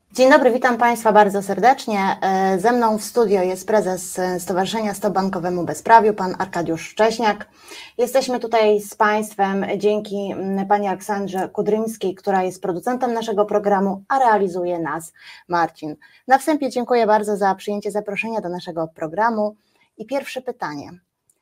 Dzień dobry, witam Państwa bardzo serdecznie. Ze mną w studio jest prezes Stowarzyszenia Stop Bankowemu Bezprawiu, pan Arkadiusz Szcześniak. Jesteśmy tutaj z Państwem dzięki pani Aleksandrze Kudryńskiej, która jest producentem naszego programu, a realizuje nas Marcin. Na wstępie dziękuję bardzo za przyjęcie zaproszenia do naszego programu. I pierwsze pytanie.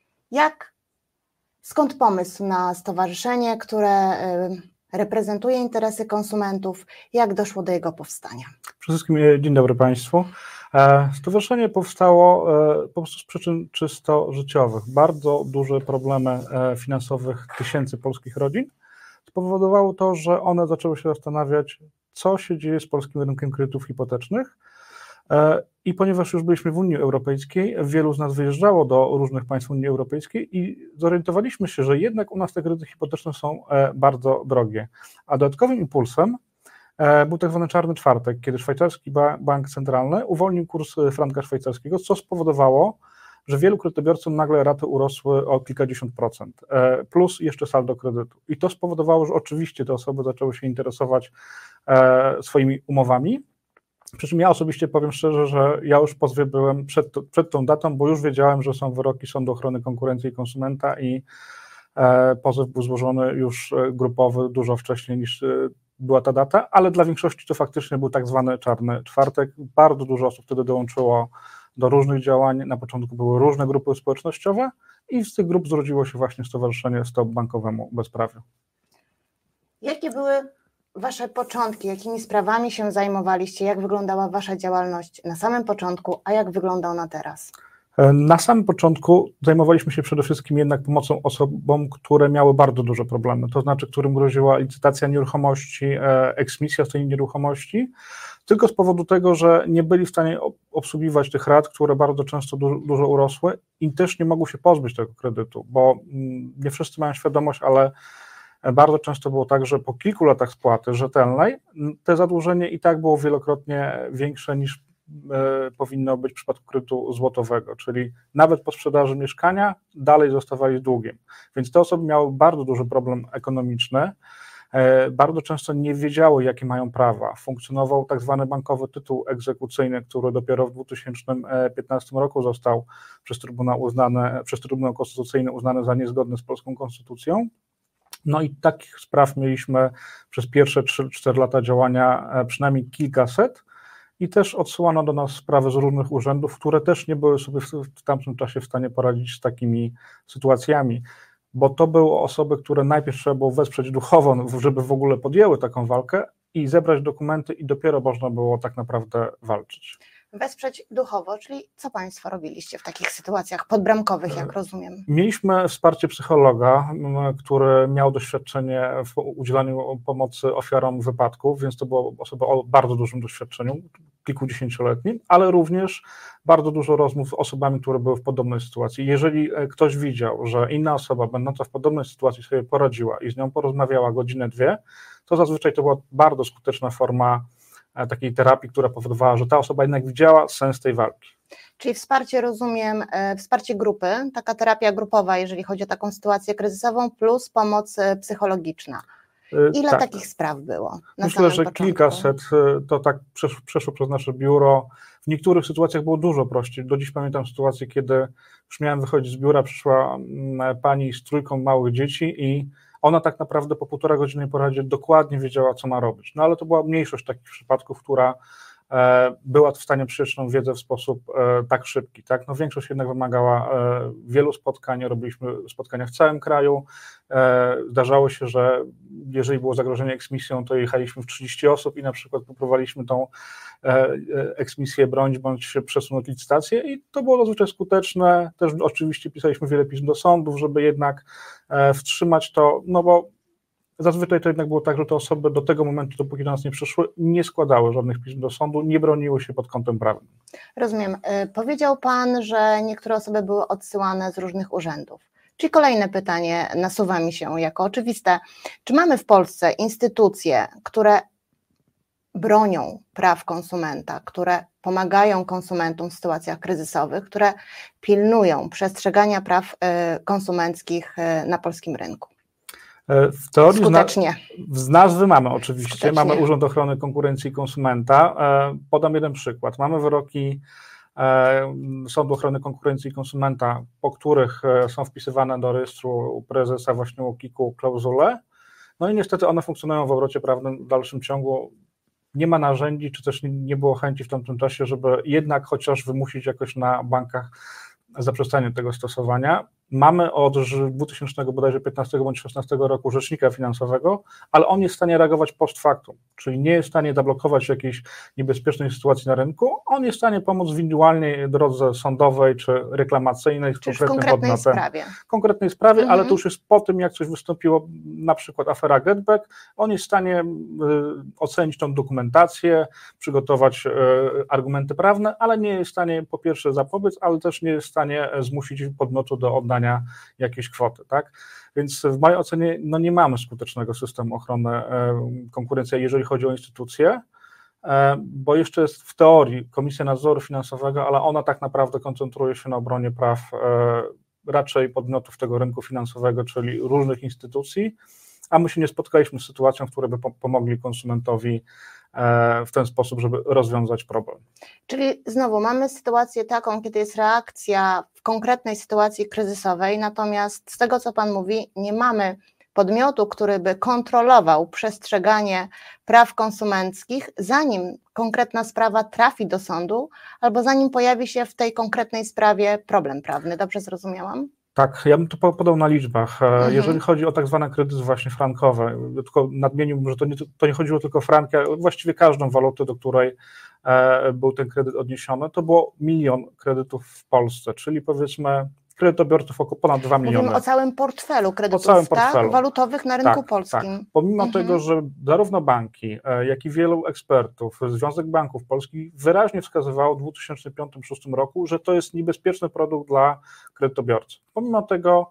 Skąd pomysł na stowarzyszenie, które reprezentuje interesy konsumentów? Jak doszło do jego powstania? Przede wszystkim dzień dobry Państwu. Stowarzyszenie powstało po prostu z przyczyn czysto życiowych. Bardzo duże problemy finansowych tysięcy polskich rodzin spowodowało to, że one zaczęły się zastanawiać, co się dzieje z polskim rynkiem kredytów hipotecznych. I ponieważ już byliśmy w Unii Europejskiej, wielu z nas wyjeżdżało do różnych państw Unii Europejskiej i zorientowaliśmy się, że jednak u nas te kredyty hipoteczne są bardzo drogie. A dodatkowym impulsem był tak zwany czarny czwartek, kiedy szwajcarski bank centralny uwolnił kurs franka szwajcarskiego, co spowodowało, że wielu kredytobiorcom nagle raty urosły o kilkadziesiąt procent, plus jeszcze saldo kredytu. I to spowodowało, że oczywiście te osoby zaczęły się interesować swoimi umowami. Przy czym ja osobiście powiem szczerze, że ja już w pozwie byłem przed tą datą, bo już wiedziałem, że są wyroki Sądu Ochrony Konkurencji i Konsumenta i pozew był złożony już grupowy dużo wcześniej niż była ta data, ale dla większości to faktycznie był tak zwany czarny czwartek. Bardzo dużo osób wtedy dołączyło do różnych działań. Na początku były różne grupy społecznościowe i z tych grup zrodziło się właśnie Stowarzyszenie Stop Bankowemu Bezprawiu. Jakie były Wasze początki? Jakimi sprawami się zajmowaliście? Jak wyglądała Wasza działalność na samym początku, a jak wygląda ona teraz? Na samym początku zajmowaliśmy się przede wszystkim jednak pomocą osobom, które miały bardzo duże problemy, to znaczy, którym groziła licytacja nieruchomości, eksmisja z tej nieruchomości, tylko z powodu tego, że nie byli w stanie obsługiwać tych rat, które bardzo często dużo urosły i też nie mogły się pozbyć tego kredytu, bo nie wszyscy mają świadomość, ale bardzo często było tak, że po kilku latach spłaty rzetelnej te zadłużenie i tak było wielokrotnie większe niż powinno być w przypadku kredytu złotowego, czyli nawet po sprzedaży mieszkania dalej zostawali z długiem. Więc te osoby miały bardzo duży problem ekonomiczny, bardzo często nie wiedziały, jakie mają prawa. Funkcjonował tak zwany bankowy tytuł egzekucyjny, który dopiero w 2015 roku został przez Trybunał Konstytucyjny uznany za niezgodny z polską konstytucją. No i takich spraw mieliśmy przez pierwsze 3-4 lata działania przynajmniej kilkaset i też odsyłano do nas sprawy z różnych urzędów, które też nie były sobie w tamtym czasie w stanie poradzić z takimi sytuacjami, bo to były osoby, które najpierw trzeba było wesprzeć duchowo, żeby w ogóle podjęły taką walkę i zebrać dokumenty i dopiero można było tak naprawdę walczyć. Wesprzeć duchowo, czyli co Państwo robiliście w takich sytuacjach podbramkowych, jak rozumiem? Mieliśmy wsparcie psychologa, który miał doświadczenie w udzielaniu pomocy ofiarom wypadków, więc to była osoba o bardzo dużym doświadczeniu, kilkudziesięcioletnim, ale również bardzo dużo rozmów z osobami, które były w podobnej sytuacji. Jeżeli ktoś widział, że inna osoba będąca w podobnej sytuacji sobie poradziła i z nią porozmawiała godzinę, dwie, to zazwyczaj to była bardzo skuteczna forma takiej terapii, która powodowała, że ta osoba jednak widziała sens tej walki. Czyli wsparcie, rozumiem, wsparcie grupy, taka terapia grupowa, jeżeli chodzi o taką sytuację kryzysową, plus pomoc psychologiczna. Ile takich spraw było? Myślę, że kilkaset, to tak przeszło przez nasze biuro. W niektórych sytuacjach było dużo prościej. Do dziś pamiętam sytuację, kiedy już miałem wychodzić z biura, przyszła pani z 3 małych dzieci i ona tak naprawdę po 1,5 godziny poradzie dokładnie wiedziała, co ma robić. No ale to była mniejszość takich przypadków, która była w stanie przyjąć tą wiedzę w sposób tak szybki. Tak? No, większość jednak wymagała wielu spotkań, robiliśmy spotkania w całym kraju. Zdarzało się, że jeżeli było zagrożenie eksmisją, to jechaliśmy w 30 osób i na przykład próbowaliśmy tą eksmisję bronić bądź przesunąć licytację i to było zazwyczaj skuteczne. Też oczywiście pisaliśmy wiele pism do sądów, żeby jednak wstrzymać to, no bo zazwyczaj to jednak było tak, że te osoby do tego momentu, dopóki do nas nie przyszły, nie składały żadnych pism do sądu, nie broniły się pod kątem prawnym. Rozumiem. Powiedział Pan, że niektóre osoby były odsyłane z różnych urzędów. Czyli kolejne pytanie nasuwa mi się jako oczywiste. Czy mamy w Polsce instytucje, które bronią praw konsumenta, które pomagają konsumentom w sytuacjach kryzysowych, które pilnują przestrzegania praw konsumenckich na polskim rynku? W teorii skutecznie. Z nazwy mamy oczywiście, skutecznie. Mamy Urząd Ochrony Konkurencji i Konsumenta. Podam jeden przykład. Mamy wyroki Sądu Ochrony Konkurencji i Konsumenta, po których są wpisywane do rejestru prezesa właśnie UOKiK-u klauzule. No i niestety one funkcjonują w obrocie prawnym w dalszym ciągu. Nie ma narzędzi, czy też nie było chęci w tamtym czasie, żeby jednak chociaż wymusić jakoś na bankach zaprzestanie tego stosowania. Mamy od 2015 bądź 2016 roku rzecznika finansowego, ale on jest w stanie reagować post factum, czyli nie jest w stanie zablokować jakiejś niebezpiecznej sytuacji na rynku, on jest w stanie pomóc w indywidualnej drodze sądowej czy reklamacyjnej z konkretnej sprawie, ale to już jest po tym, jak coś wystąpiło, na przykład afera GetBack, on jest w stanie ocenić tą dokumentację, przygotować argumenty prawne, ale nie jest w stanie po pierwsze zapobiec, ale też nie jest w stanie zmusić podmiotu do oddania jakiejś kwoty, tak? Więc w mojej ocenie nie mamy skutecznego systemu ochrony konkurencji, jeżeli chodzi o instytucje, bo jeszcze jest w teorii Komisja Nadzoru Finansowego, ale ona tak naprawdę koncentruje się na obronie praw raczej podmiotów tego rynku finansowego, czyli różnych instytucji, a my się nie spotkaliśmy z sytuacją, w której by pomogli konsumentowi w ten sposób, żeby rozwiązać problem. Czyli znowu mamy sytuację taką, kiedy jest reakcja w konkretnej sytuacji kryzysowej, natomiast z tego, co Pan mówi, nie mamy podmiotu, który by kontrolował przestrzeganie praw konsumenckich, zanim konkretna sprawa trafi do sądu, albo zanim pojawi się w tej konkretnej sprawie problem prawny. Dobrze zrozumiałam? Tak, ja bym to podał na liczbach. Jeżeli chodzi o tak zwane kredyty właśnie frankowe, tylko nadmieniłbym, że to nie chodziło tylko o franki, ale właściwie każdą walutę, do której był ten kredyt odniesiony, to było 1 000 000 kredytów w Polsce, czyli powiedzmy kredytobiorców około ponad 2 miliony. Mówimy o całym portfelu kredytów, tak? Walutowych na rynku polskim. Tak. Pomimo tego, że zarówno banki, jak i wielu ekspertów, Związek Banków Polskich wyraźnie wskazywało w 2005-2006 roku, że to jest niebezpieczny produkt dla kredytobiorcy. Pomimo tego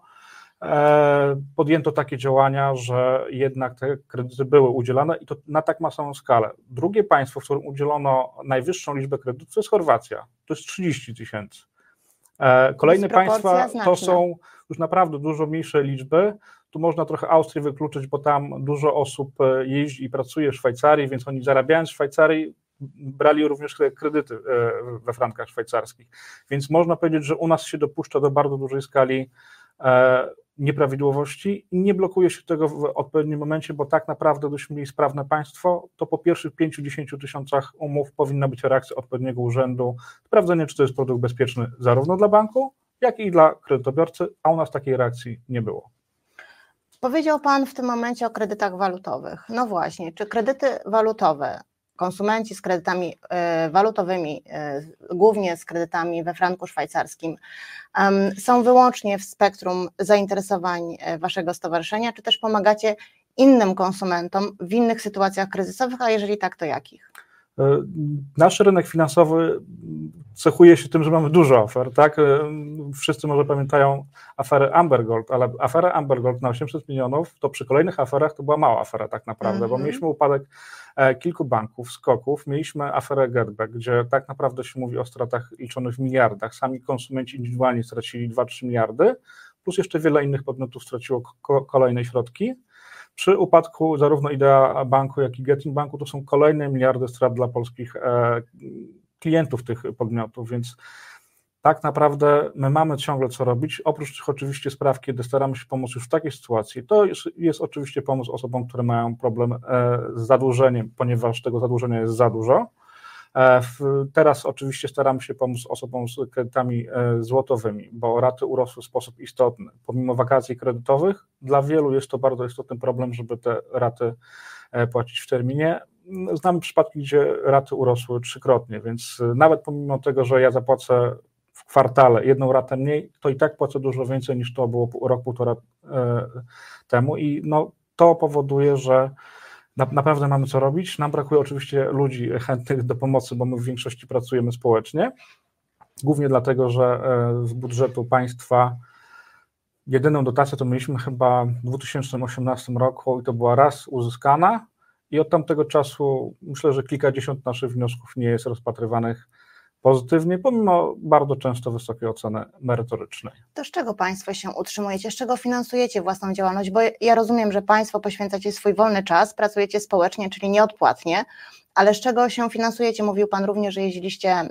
podjęto takie działania, że jednak te kredyty były udzielane i to na tak masową skalę. Drugie państwo, w którym udzielono najwyższą liczbę kredytów, to jest Chorwacja. To jest 30 000. Kolejne państwa to są już naprawdę dużo mniejsze liczby. Tu można trochę Austrię wykluczyć, bo tam dużo osób jeździ i pracuje w Szwajcarii, więc oni zarabiając w Szwajcarii brali również kredyty we frankach szwajcarskich. Więc można powiedzieć, że u nas się dopuszcza do bardzo dużej skali nieprawidłowości i nie blokuje się tego w odpowiednim momencie, bo tak naprawdę, gdybyśmy mieli sprawne państwo, to po pierwszych 5-10 tysiącach umów powinna być reakcja odpowiedniego urzędu, sprawdzenie, czy to jest produkt bezpieczny zarówno dla banku, jak i dla kredytobiorcy, a u nas takiej reakcji nie było. Powiedział Pan w tym momencie o kredytach walutowych. No właśnie, czy kredyty walutowe, konsumenci z kredytami walutowymi, głównie z kredytami we franku szwajcarskim, są wyłącznie w spektrum zainteresowań Waszego stowarzyszenia, czy też pomagacie innym konsumentom w innych sytuacjach kryzysowych, a jeżeli tak, to jakich? Nasz rynek finansowy cechuje się tym, że mamy dużo ofert, tak? Wszyscy może pamiętają aferę Amber Gold, ale afera Amber Gold na 800 milionów, to przy kolejnych aferach to była mała afera tak naprawdę, bo mieliśmy upadek kilku banków, skoków, mieliśmy aferę GetBack, gdzie tak naprawdę się mówi o stratach liczonych w miliardach, sami konsumenci indywidualnie stracili 2-3 miliardy, plus jeszcze wiele innych podmiotów straciło kolejne środki. Przy upadku zarówno Idea Banku, jak i Getin Banku to są kolejne miliardy strat dla polskich klientów tych podmiotów, więc tak naprawdę my mamy ciągle co robić, oprócz tych oczywiście spraw, kiedy staramy się pomóc już w takiej sytuacji, to jest oczywiście pomoc osobom, które mają problem z zadłużeniem, ponieważ tego zadłużenia jest za dużo. Teraz oczywiście staramy się pomóc osobom z kredytami złotowymi, bo raty urosły w sposób istotny. Pomimo wakacji kredytowych, dla wielu jest to bardzo istotny problem, żeby te raty płacić w terminie. Znamy przypadki, gdzie raty urosły 3-krotnie, więc nawet pomimo tego, że ja zapłacę w kwartale jedną ratę mniej, to i tak płacę dużo więcej niż to było rok, półtora temu i to powoduje, że naprawdę mamy co robić. Nam brakuje oczywiście ludzi chętnych do pomocy, bo my w większości pracujemy społecznie, głównie dlatego, że z budżetu państwa jedyną dotację to mieliśmy chyba w 2018 roku i to była raz uzyskana i od tamtego czasu myślę, że kilkadziesiąt naszych wniosków nie jest rozpatrywanych pozytywnie, pomimo bardzo często wysokiej oceny merytorycznej. To z czego Państwo się utrzymujecie, z czego finansujecie własną działalność? Bo ja rozumiem, że Państwo poświęcacie swój wolny czas, pracujecie społecznie, czyli nieodpłatnie, ale z czego się finansujecie? Mówił Pan również, że jeździliście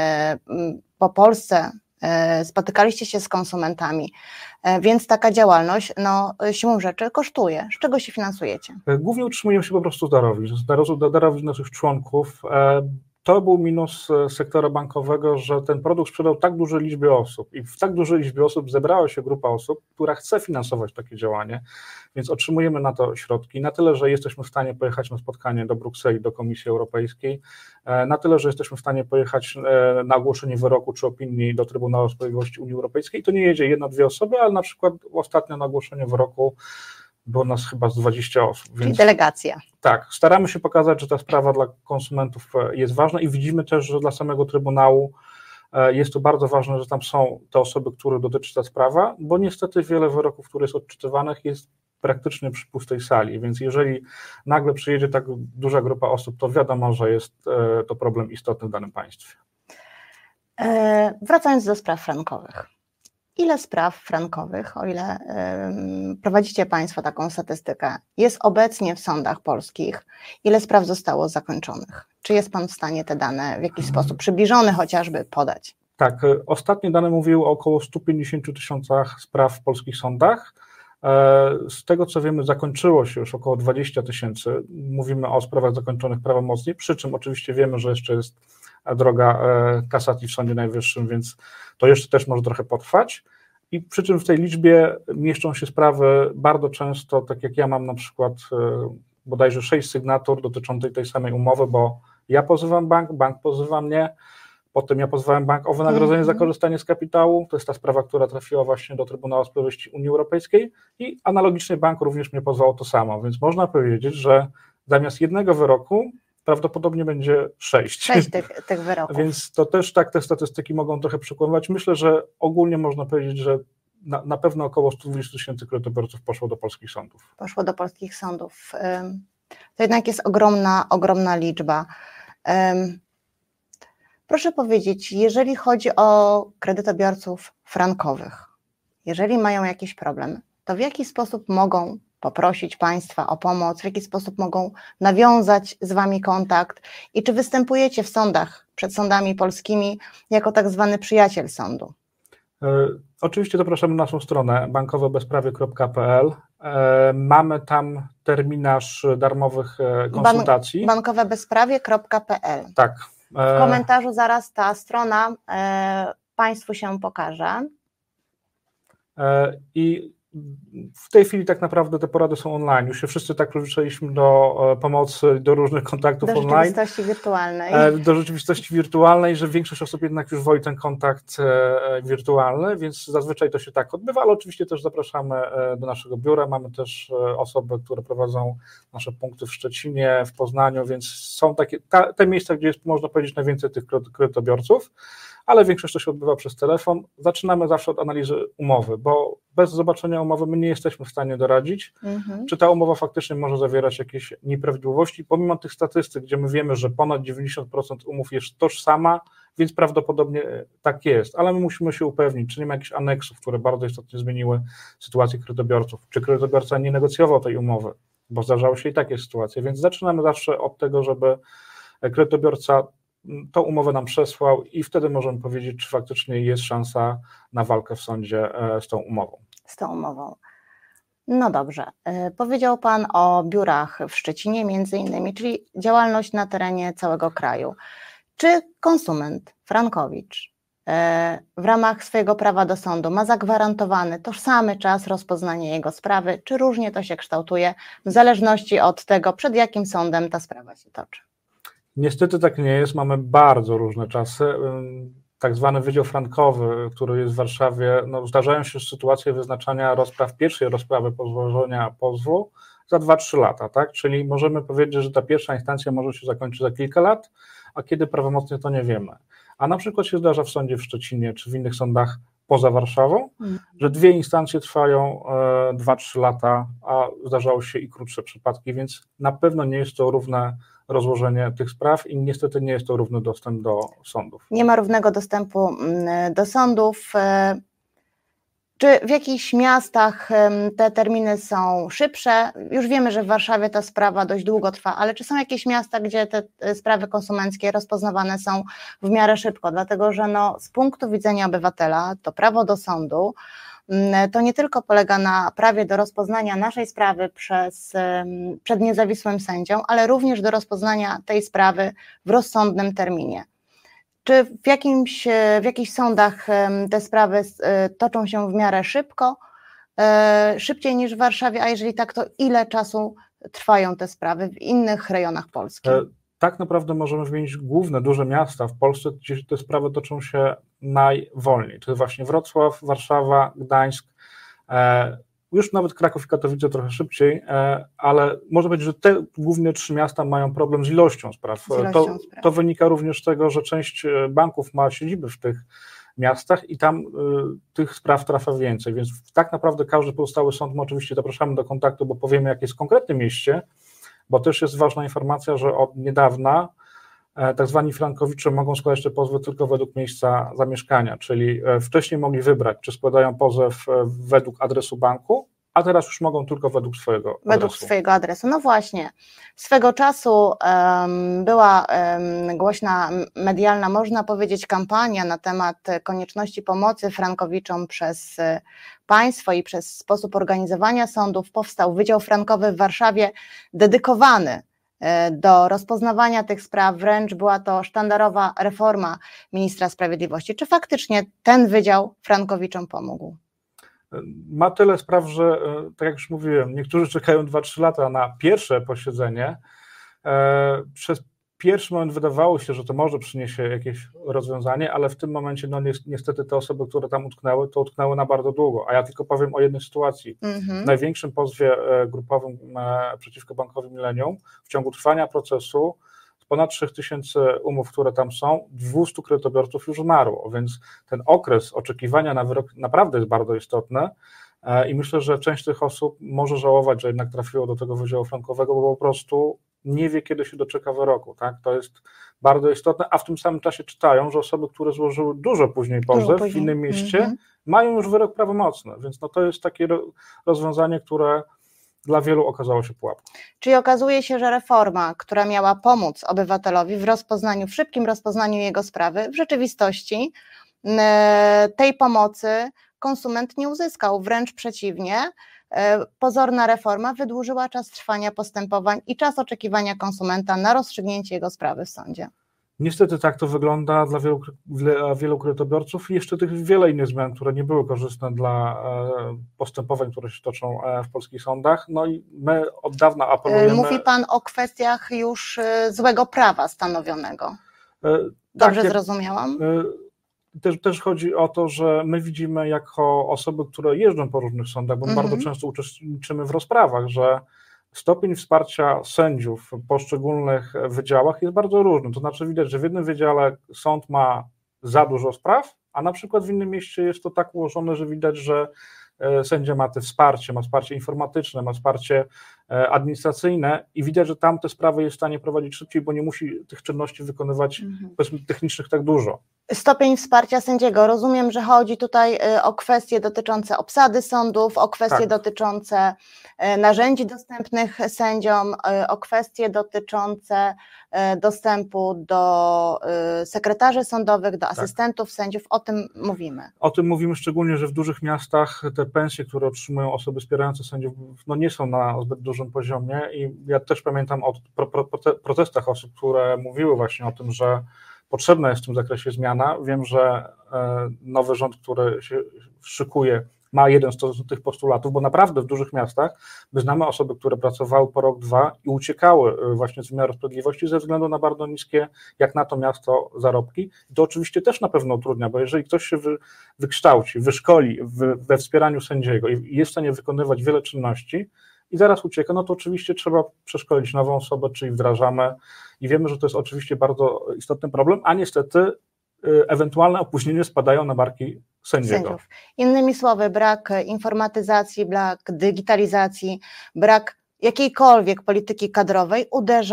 po Polsce, spotykaliście się z konsumentami, więc taka działalność, siłą rzeczy kosztuje. Z czego się finansujecie? Głównie utrzymujemy się po prostu z darowizn naszych członków. To był minus sektora bankowego, że ten produkt sprzedał tak dużej liczbie osób i w tak dużej liczbie osób zebrała się grupa osób, która chce finansować takie działanie, więc otrzymujemy na to środki, na tyle, że jesteśmy w stanie pojechać na spotkanie do Brukseli, do Komisji Europejskiej, na tyle, że jesteśmy w stanie pojechać na ogłoszenie wyroku czy opinii do Trybunału Sprawiedliwości Unii Europejskiej. To nie jedzie 1-2 osoby, ale na przykład ostatnio na ogłoszenie wyroku było nas chyba z 20 osób. Czyli delegacja. Tak, staramy się pokazać, że ta sprawa dla konsumentów jest ważna i widzimy też, że dla samego Trybunału jest to bardzo ważne, że tam są te osoby, które dotyczy ta sprawa, bo niestety wiele wyroków, które jest odczytywanych, jest praktycznie przy pustej sali, więc jeżeli nagle przyjedzie tak duża grupa osób, to wiadomo, że jest to problem istotny w danym państwie. Wracając do spraw frankowych. Ile spraw frankowych, o ile prowadzicie Państwo taką statystykę, jest obecnie w sądach polskich? Ile spraw zostało zakończonych? Czy jest Pan w stanie te dane w jakiś sposób przybliżony chociażby podać? Tak, ostatnie dane mówiły o około 150 000 spraw w polskich sądach. Z tego co wiemy, zakończyło się już około 20 000. Mówimy o sprawach zakończonych prawomocnie, przy czym oczywiście wiemy, że jeszcze jest droga kasacji w Sądzie Najwyższym, więc to jeszcze też może trochę potrwać. I przy czym w tej liczbie mieszczą się sprawy bardzo często, tak jak ja mam na przykład bodajże 6 sygnatur dotyczących tej samej umowy, bo ja pozywam bank, bank pozywa mnie, potem ja pozwałem bank o wynagrodzenie za korzystanie z kapitału, to jest ta sprawa, która trafiła właśnie do Trybunału Sprawiedliwości Unii Europejskiej i analogicznie bank również mnie pozwał o to samo, więc można powiedzieć, że zamiast jednego wyroku prawdopodobnie będzie 6. 6 tych wyroków. Więc to też tak te statystyki mogą trochę przekłamywać. Myślę, że ogólnie można powiedzieć, że na pewno około 120 000 kredytobiorców poszło do polskich sądów. Poszło do polskich sądów. To jednak jest ogromna liczba. Proszę powiedzieć, jeżeli chodzi o kredytobiorców frankowych, jeżeli mają jakiś problem, to w jaki sposób mogą poprosić Państwa o pomoc, w jaki sposób mogą nawiązać z Wami kontakt i czy występujecie w sądach, przed sądami polskimi jako tak zwany przyjaciel sądu? Oczywiście zapraszamy na naszą stronę bankowebezprawie.pl. Mamy tam terminarz darmowych konsultacji. bankowebezprawie.pl. Tak. W komentarzu zaraz ta strona Państwu się pokaże. I w tej chwili tak naprawdę te porady są online. Już się wszyscy tak przyzwyczailiśmy do pomocy, do różnych kontaktów online. Do rzeczywistości wirtualnej. Do rzeczywistości wirtualnej, że większość osób jednak już woli ten kontakt wirtualny, więc zazwyczaj to się tak odbywa, ale oczywiście też zapraszamy do naszego biura. Mamy też osoby, które prowadzą nasze punkty w Szczecinie, w Poznaniu, więc są takie te miejsca, gdzie jest, można powiedzieć, najwięcej tych kredytobiorców, ale większość to się odbywa przez telefon. Zaczynamy zawsze od analizy umowy, bo bez zobaczenia umowy my nie jesteśmy w stanie doradzić, czy ta umowa faktycznie może zawierać jakieś nieprawidłowości, pomimo tych statystyk, gdzie my wiemy, że ponad 90% umów jest tożsama, więc prawdopodobnie tak jest, ale my musimy się upewnić, czy nie ma jakichś aneksów, które bardzo istotnie zmieniły sytuację kredytobiorców, czy kredytobiorca nie negocjował tej umowy, bo zdarzały się i takie sytuacje, więc zaczynamy zawsze od tego, żeby kredytobiorca tą umowę nam przesłał i wtedy możemy powiedzieć, czy faktycznie jest szansa na walkę w sądzie z tą umową. Z tą umową. No dobrze. Powiedział Pan o biurach w Szczecinie między innymi, czyli działalność na terenie całego kraju. Czy konsument, frankowicz, w ramach swojego prawa do sądu ma zagwarantowany tożsamy czas rozpoznania jego sprawy, czy różnie to się kształtuje w zależności od tego, przed jakim sądem ta sprawa się toczy? Niestety tak nie jest, mamy bardzo różne czasy. Tak zwany Wydział Frankowy, który jest w Warszawie, zdarzają się sytuacje wyznaczania pierwszej rozprawy po złożeniu pozwu za 2-3 lata, tak? Czyli możemy powiedzieć, że ta pierwsza instancja może się zakończyć za kilka lat, a kiedy prawomocnie to nie wiemy. A na przykład się zdarza w sądzie w Szczecinie czy w innych sądach poza Warszawą, że 2 instancje trwają 2-3 lata, a zdarzały się i krótsze przypadki, więc na pewno nie jest to równe rozłożenie tych spraw i niestety nie jest to równy dostęp do sądów. Nie ma równego dostępu do sądów. Czy w jakichś miastach te terminy są szybsze? Już wiemy, że w Warszawie ta sprawa dość długo trwa, ale czy są jakieś miasta, gdzie te sprawy konsumenckie rozpoznawane są w miarę szybko? Dlatego, że z punktu widzenia obywatela to prawo do sądu to nie tylko polega na prawie do rozpoznania naszej sprawy przed niezawisłym sędzią, ale również do rozpoznania tej sprawy w rozsądnym terminie. Czy w jakichś sądach te sprawy toczą się w miarę szybko, szybciej niż w Warszawie, a jeżeli tak, to ile czasu trwają te sprawy w innych rejonach Polski? Tak naprawdę możemy wymienić główne, duże miasta w Polsce, gdzie te sprawy toczą się najwolniej. To jest właśnie Wrocław, Warszawa, Gdańsk, już nawet Kraków i Katowice trochę szybciej, ale można powiedzieć, że te główne 3 miasta mają problem z ilością spraw. To wynika również z tego, że część banków ma siedziby w tych miastach i tam tych spraw trafia więcej, więc tak naprawdę każdy pozostały sąd, my oczywiście zapraszamy do kontaktu, bo powiemy, jak jest w konkretnym mieście, bo też jest ważna informacja, że od niedawna tak zwani frankowicze mogą składać te pozwy tylko według miejsca zamieszkania, czyli wcześniej mogli wybrać, czy składają pozew według adresu banku, a teraz już mogą tylko według swojego adresu. No właśnie, swego czasu była głośna medialna, można powiedzieć, kampania na temat konieczności pomocy frankowiczom przez państwo i przez sposób organizowania sądów. Powstał Wydział Frankowy w Warszawie dedykowany do rozpoznawania tych spraw, wręcz była to sztandarowa reforma ministra sprawiedliwości. Czy faktycznie ten wydział frankowiczom pomógł? Ma tyle spraw, że tak jak już mówiłem, niektórzy czekają 2-3 lata na pierwsze posiedzenie. Przez pierwszy moment wydawało się, że to może przyniesie jakieś rozwiązanie, ale w tym momencie niestety te osoby, które tam utknęły, to utknęły na bardzo długo. A ja tylko powiem o jednej sytuacji. W największym pozwie grupowym przeciwko Bankowi Millennium w ciągu trwania procesu z ponad 3000 umów, które tam są, 200 kredytobiorców już zmarło, więc ten okres oczekiwania na wyrok naprawdę jest bardzo istotny i myślę, że część tych osób może żałować, że jednak trafiło do tego Wydziału Frankowego, bo po prostu nie wie, kiedy się doczeka wyroku, tak? To jest bardzo istotne, a w tym samym czasie czytają, że osoby, które złożyły dużo później pozew w innym mieście, mają już wyrok prawomocny, więc to jest takie rozwiązanie, które dla wielu okazało się pułapką. Czyli okazuje się, że reforma, która miała pomóc obywatelowi w szybkim rozpoznaniu jego sprawy, w rzeczywistości tej pomocy konsument nie uzyskał, wręcz przeciwnie. Pozorna reforma wydłużyła czas trwania postępowań i czas oczekiwania konsumenta na rozstrzygnięcie jego sprawy w sądzie. Niestety tak to wygląda dla wielu kredytobiorców i jeszcze tych wiele innych zmian, które nie były korzystne dla postępowań, które się toczą w polskich sądach. No i my od dawna apelujemy... Mówi Pan o kwestiach już złego prawa stanowionego. Dobrze zrozumiałam? Też chodzi o to, że my widzimy jako osoby, które jeżdżą po różnych sądach, bo bardzo często uczestniczymy w rozprawach, że stopień wsparcia sędziów w poszczególnych wydziałach jest bardzo różny. To znaczy widać, że w jednym wydziale sąd ma za dużo spraw, a na przykład w innym mieście jest to tak ułożone, że widać, że sędzia ma wsparcie informatyczne, ma wsparcie administracyjne i widać, że tam te sprawy jest w stanie prowadzić szybciej, bo nie musi tych czynności wykonywać powiedzmy technicznych tak dużo. Stopień wsparcia sędziego. Rozumiem, że chodzi tutaj o kwestie dotyczące obsady sądów, o kwestie dotyczące narzędzi dostępnych sędziom, o kwestie dotyczące dostępu do sekretarzy sądowych, do asystentów sędziów. O tym mówimy. O tym mówimy szczególnie, że w dużych miastach te pensje, które otrzymują osoby wspierające sędziów, nie są na zbyt dużym poziomie i ja też pamiętam o protestach osób, które mówiły właśnie o tym, że potrzebna jest w tym zakresie zmiana. Wiem, że nowy rząd, który się szykuje, ma jeden z tych postulatów, bo naprawdę w dużych miastach my znamy osoby, które pracowały po rok, 2 i uciekały właśnie z wymiaru sprawiedliwości ze względu na bardzo niskie, jak na to miasto, zarobki. I to oczywiście też na pewno utrudnia, bo jeżeli ktoś się wykształci, wyszkoli we wspieraniu sędziego i jest w stanie wykonywać wiele czynności i zaraz ucieka, no to oczywiście trzeba przeszkolić nową osobę, czyli wdrażamy i wiemy, że to jest oczywiście bardzo istotny problem, a niestety ewentualne opóźnienia spadają na barki sędziego. Innymi słowy, brak informatyzacji, brak digitalizacji, brak jakiejkolwiek polityki kadrowej uderza w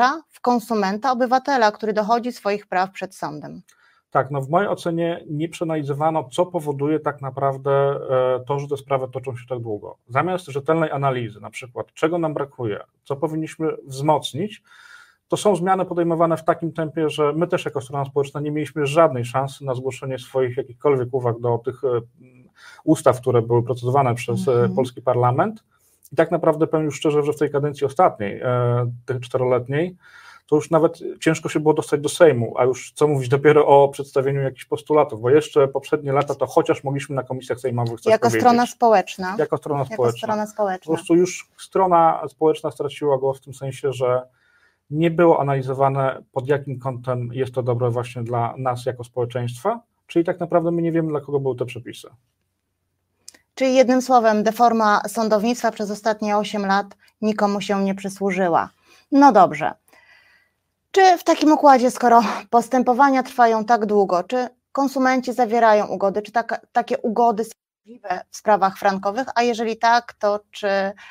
konsumenta, obywatela, który dochodzi swoich praw przed sądem? Tak, no w mojej ocenie nie przeanalizowano, co powoduje tak naprawdę to, że te sprawy toczą się tak długo. Zamiast rzetelnej analizy, na przykład czego nam brakuje, co powinniśmy wzmocnić, to są zmiany podejmowane w takim tempie, że my też jako strona społeczna nie mieliśmy żadnej szansy na zgłoszenie swoich jakichkolwiek uwag do tych ustaw, które były procedowane przez polski parlament. I tak naprawdę powiem już szczerze, że w tej kadencji ostatniej, tej 4-letniej, to już nawet ciężko się było dostać do Sejmu, a już co mówić dopiero o przedstawieniu jakichś postulatów, bo jeszcze poprzednie lata to chociaż mogliśmy na komisjach sejmowych coś jako powiedzieć. Strona społeczna. Jako strona społeczna. Po prostu już strona społeczna straciła głos w tym sensie, że nie było analizowane, pod jakim kątem jest to dobre właśnie dla nas jako społeczeństwa, czyli tak naprawdę my nie wiemy, dla kogo były te przepisy. Czyli jednym słowem, deforma sądownictwa przez ostatnie 8 lat nikomu się nie przysłużyła. No dobrze. Czy w takim układzie, skoro postępowania trwają tak długo, czy konsumenci zawierają ugody, czy takie ugody są możliwe w sprawach frankowych, a jeżeli tak, to czy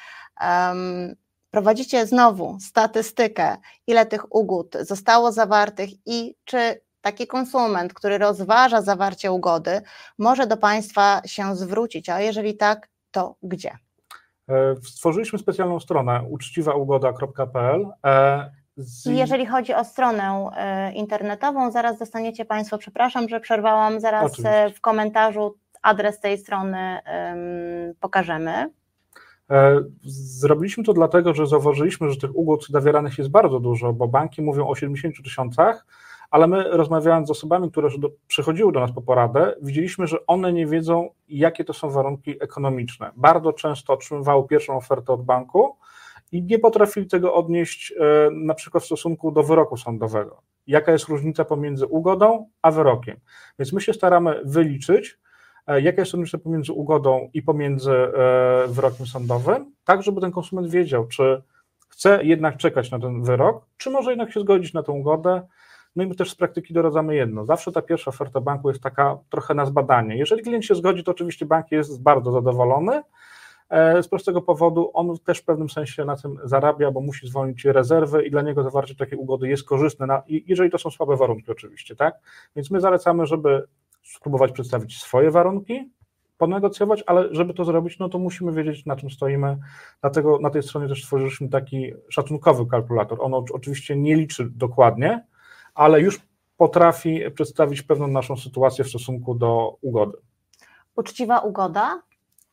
prowadzicie znowu statystykę, ile tych ugód zostało zawartych i czy taki konsument, który rozważa zawarcie ugody, może do Państwa się zwrócić, a jeżeli tak, to gdzie? Stworzyliśmy specjalną stronę uczciwaugoda.pl. I jeżeli chodzi o stronę internetową, zaraz dostaniecie Państwo, przepraszam, że przerwałam, zaraz oczywiście w komentarzu adres tej strony pokażemy. Zrobiliśmy to dlatego, że zauważyliśmy, że tych ugód zawieranych jest bardzo dużo, bo banki mówią o 70 000, ale my rozmawiając z osobami, które przychodziły do nas po poradę, widzieliśmy, że one nie wiedzą, jakie to są warunki ekonomiczne. Bardzo często otrzymywały pierwszą ofertę od banku i nie potrafili tego odnieść na przykład w stosunku do wyroku sądowego. Jaka jest różnica pomiędzy ugodą a wyrokiem? Więc my się staramy wyliczyć, jaka jest różnica pomiędzy ugodą i pomiędzy wyrokiem sądowym, tak żeby ten konsument wiedział, czy chce jednak czekać na ten wyrok, czy może jednak się zgodzić na tę ugodę. No i my też z praktyki doradzamy jedno. Zawsze ta pierwsza oferta banku jest taka trochę na zbadanie. Jeżeli klient się zgodzi, to oczywiście bank jest bardzo zadowolony. Z prostego powodu on też w pewnym sensie na tym zarabia, bo musi zwolnić rezerwy i dla niego zawarcie takiej ugody jest korzystne, jeżeli to są słabe warunki oczywiście, tak? Więc my zalecamy, żeby spróbować przedstawić swoje warunki, ponegocjować, ale żeby to zrobić, no to musimy wiedzieć, na czym stoimy. Dlatego na tej stronie też stworzyliśmy taki szacunkowy kalkulator. On oczywiście nie liczy dokładnie, ale już potrafi przedstawić pewną naszą sytuację w stosunku do ugody. Uczciwa ugoda?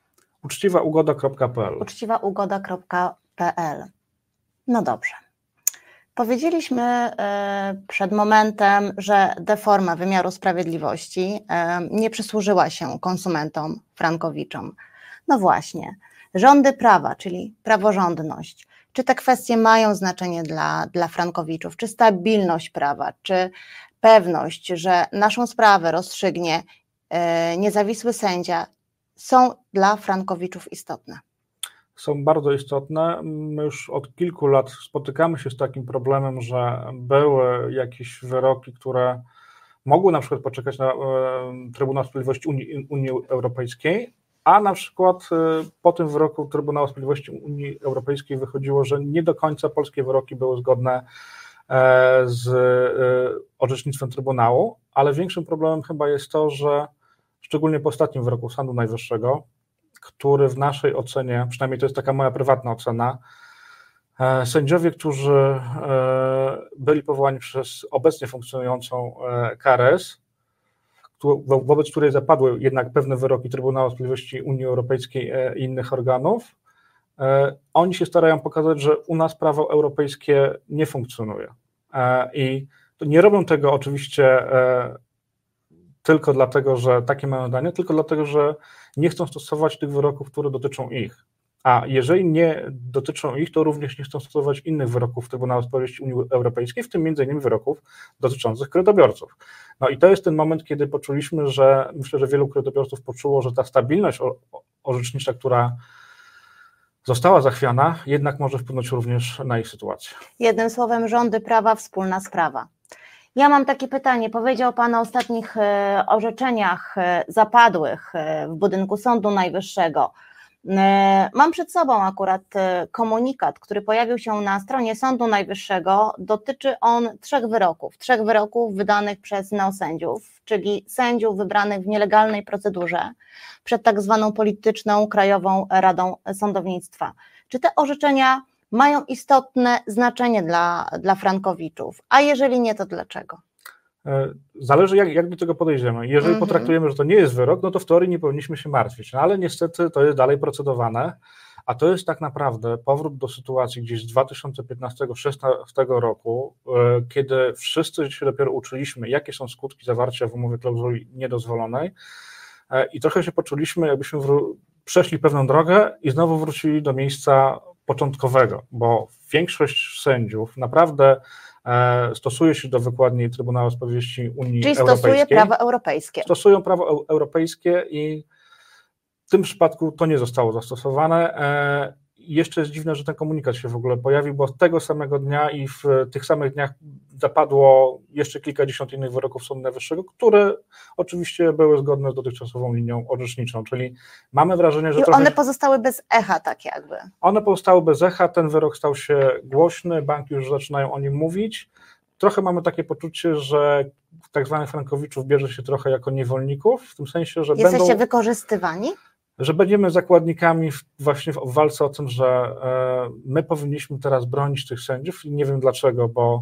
Uczciwaugoda.pl. Uczciwaugoda.pl. No dobrze. Powiedzieliśmy przed momentem, że deforma wymiaru sprawiedliwości nie przysłużyła się konsumentom frankowiczom. No właśnie, rządy prawa, czyli praworządność, czy te kwestie mają znaczenie dla frankowiczów, czy stabilność prawa, czy pewność, że naszą sprawę rozstrzygnie niezawisły sędzia, są dla frankowiczów istotne? Są bardzo istotne. My już od kilku lat spotykamy się z takim problemem, że były jakieś wyroki, które mogły na przykład poczekać na Trybunał Sprawiedliwości Unii Europejskiej, a na przykład po tym wyroku Trybunału Sprawiedliwości Unii Europejskiej wychodziło, że nie do końca polskie wyroki były zgodne z orzecznictwem Trybunału, ale większym problemem chyba jest to, że szczególnie po ostatnim wyroku Sądu Najwyższego, który w naszej ocenie, przynajmniej to jest taka moja prywatna ocena, sędziowie, którzy byli powołani przez obecnie funkcjonującą KRS, wobec której zapadły jednak pewne wyroki Trybunału Sprawiedliwości Unii Europejskiej i innych organów, oni się starają pokazać, że u nas prawo europejskie nie funkcjonuje. I nie robią tego oczywiście tylko dlatego, że takie mają zdanie, tylko dlatego, że nie chcą stosować tych wyroków, które dotyczą ich. A jeżeli nie dotyczą ich, to również nie chcą stosować innych wyroków Trybunału Sprawiedliwości Unii Europejskiej, w tym m.in. wyroków dotyczących kredytobiorców. No i to jest ten moment, kiedy poczuliśmy, że myślę, że wielu kredytobiorców poczuło, że ta stabilność orzecznicza, która została zachwiana, jednak może wpłynąć również na ich sytuację. Jednym słowem, rządy prawa, wspólna sprawa. Ja mam takie pytanie, powiedział Pan o ostatnich orzeczeniach zapadłych w budynku Sądu Najwyższego. Mam przed sobą akurat komunikat, który pojawił się na stronie Sądu Najwyższego. Dotyczy on trzech wyroków wydanych przez neosędziów, czyli sędziów wybranych w nielegalnej procedurze przed tak zwaną polityczną Krajową Radą Sądownictwa. Czy te orzeczenia mają istotne znaczenie dla frankowiczów, a jeżeli nie, to dlaczego? Zależy jak do tego podejdziemy. Jeżeli potraktujemy, że to nie jest wyrok, no to w teorii nie powinniśmy się martwić, no ale niestety to jest dalej procedowane, a to jest tak naprawdę powrót do sytuacji gdzieś z 2015-2016 roku, kiedy wszyscy się dopiero uczyliśmy, jakie są skutki zawarcia w umowie klauzuli niedozwolonej i trochę się poczuliśmy, jakbyśmy przeszli pewną drogę i znowu wrócili do miejsca początkowego, bo większość sędziów naprawdę stosuje się do wykładni Trybunału Sprawiedliwości Unii Europejskiej. Czyli stosuje prawo europejskie. Stosują prawo europejskie i w tym przypadku to nie zostało zastosowane. Jeszcze jest dziwne, że ten komunikat się w ogóle pojawił, bo tego samego dnia i w tych samych dniach zapadło jeszcze kilkadziesiąt innych wyroków Sądu Najwyższego, które oczywiście były zgodne z dotychczasową linią orzeczniczą, czyli mamy wrażenie, że one pozostały bez echa, tak jakby. One pozostały bez echa, ten wyrok stał się głośny, banki już zaczynają o nim mówić. Trochę mamy takie poczucie, że tak zwanych frankowiczów bierze się trochę jako niewolników, w tym sensie, że jesteście wykorzystywani? Że będziemy zakładnikami właśnie w walce o tym, że my powinniśmy teraz bronić tych sędziów i nie wiem dlaczego, bo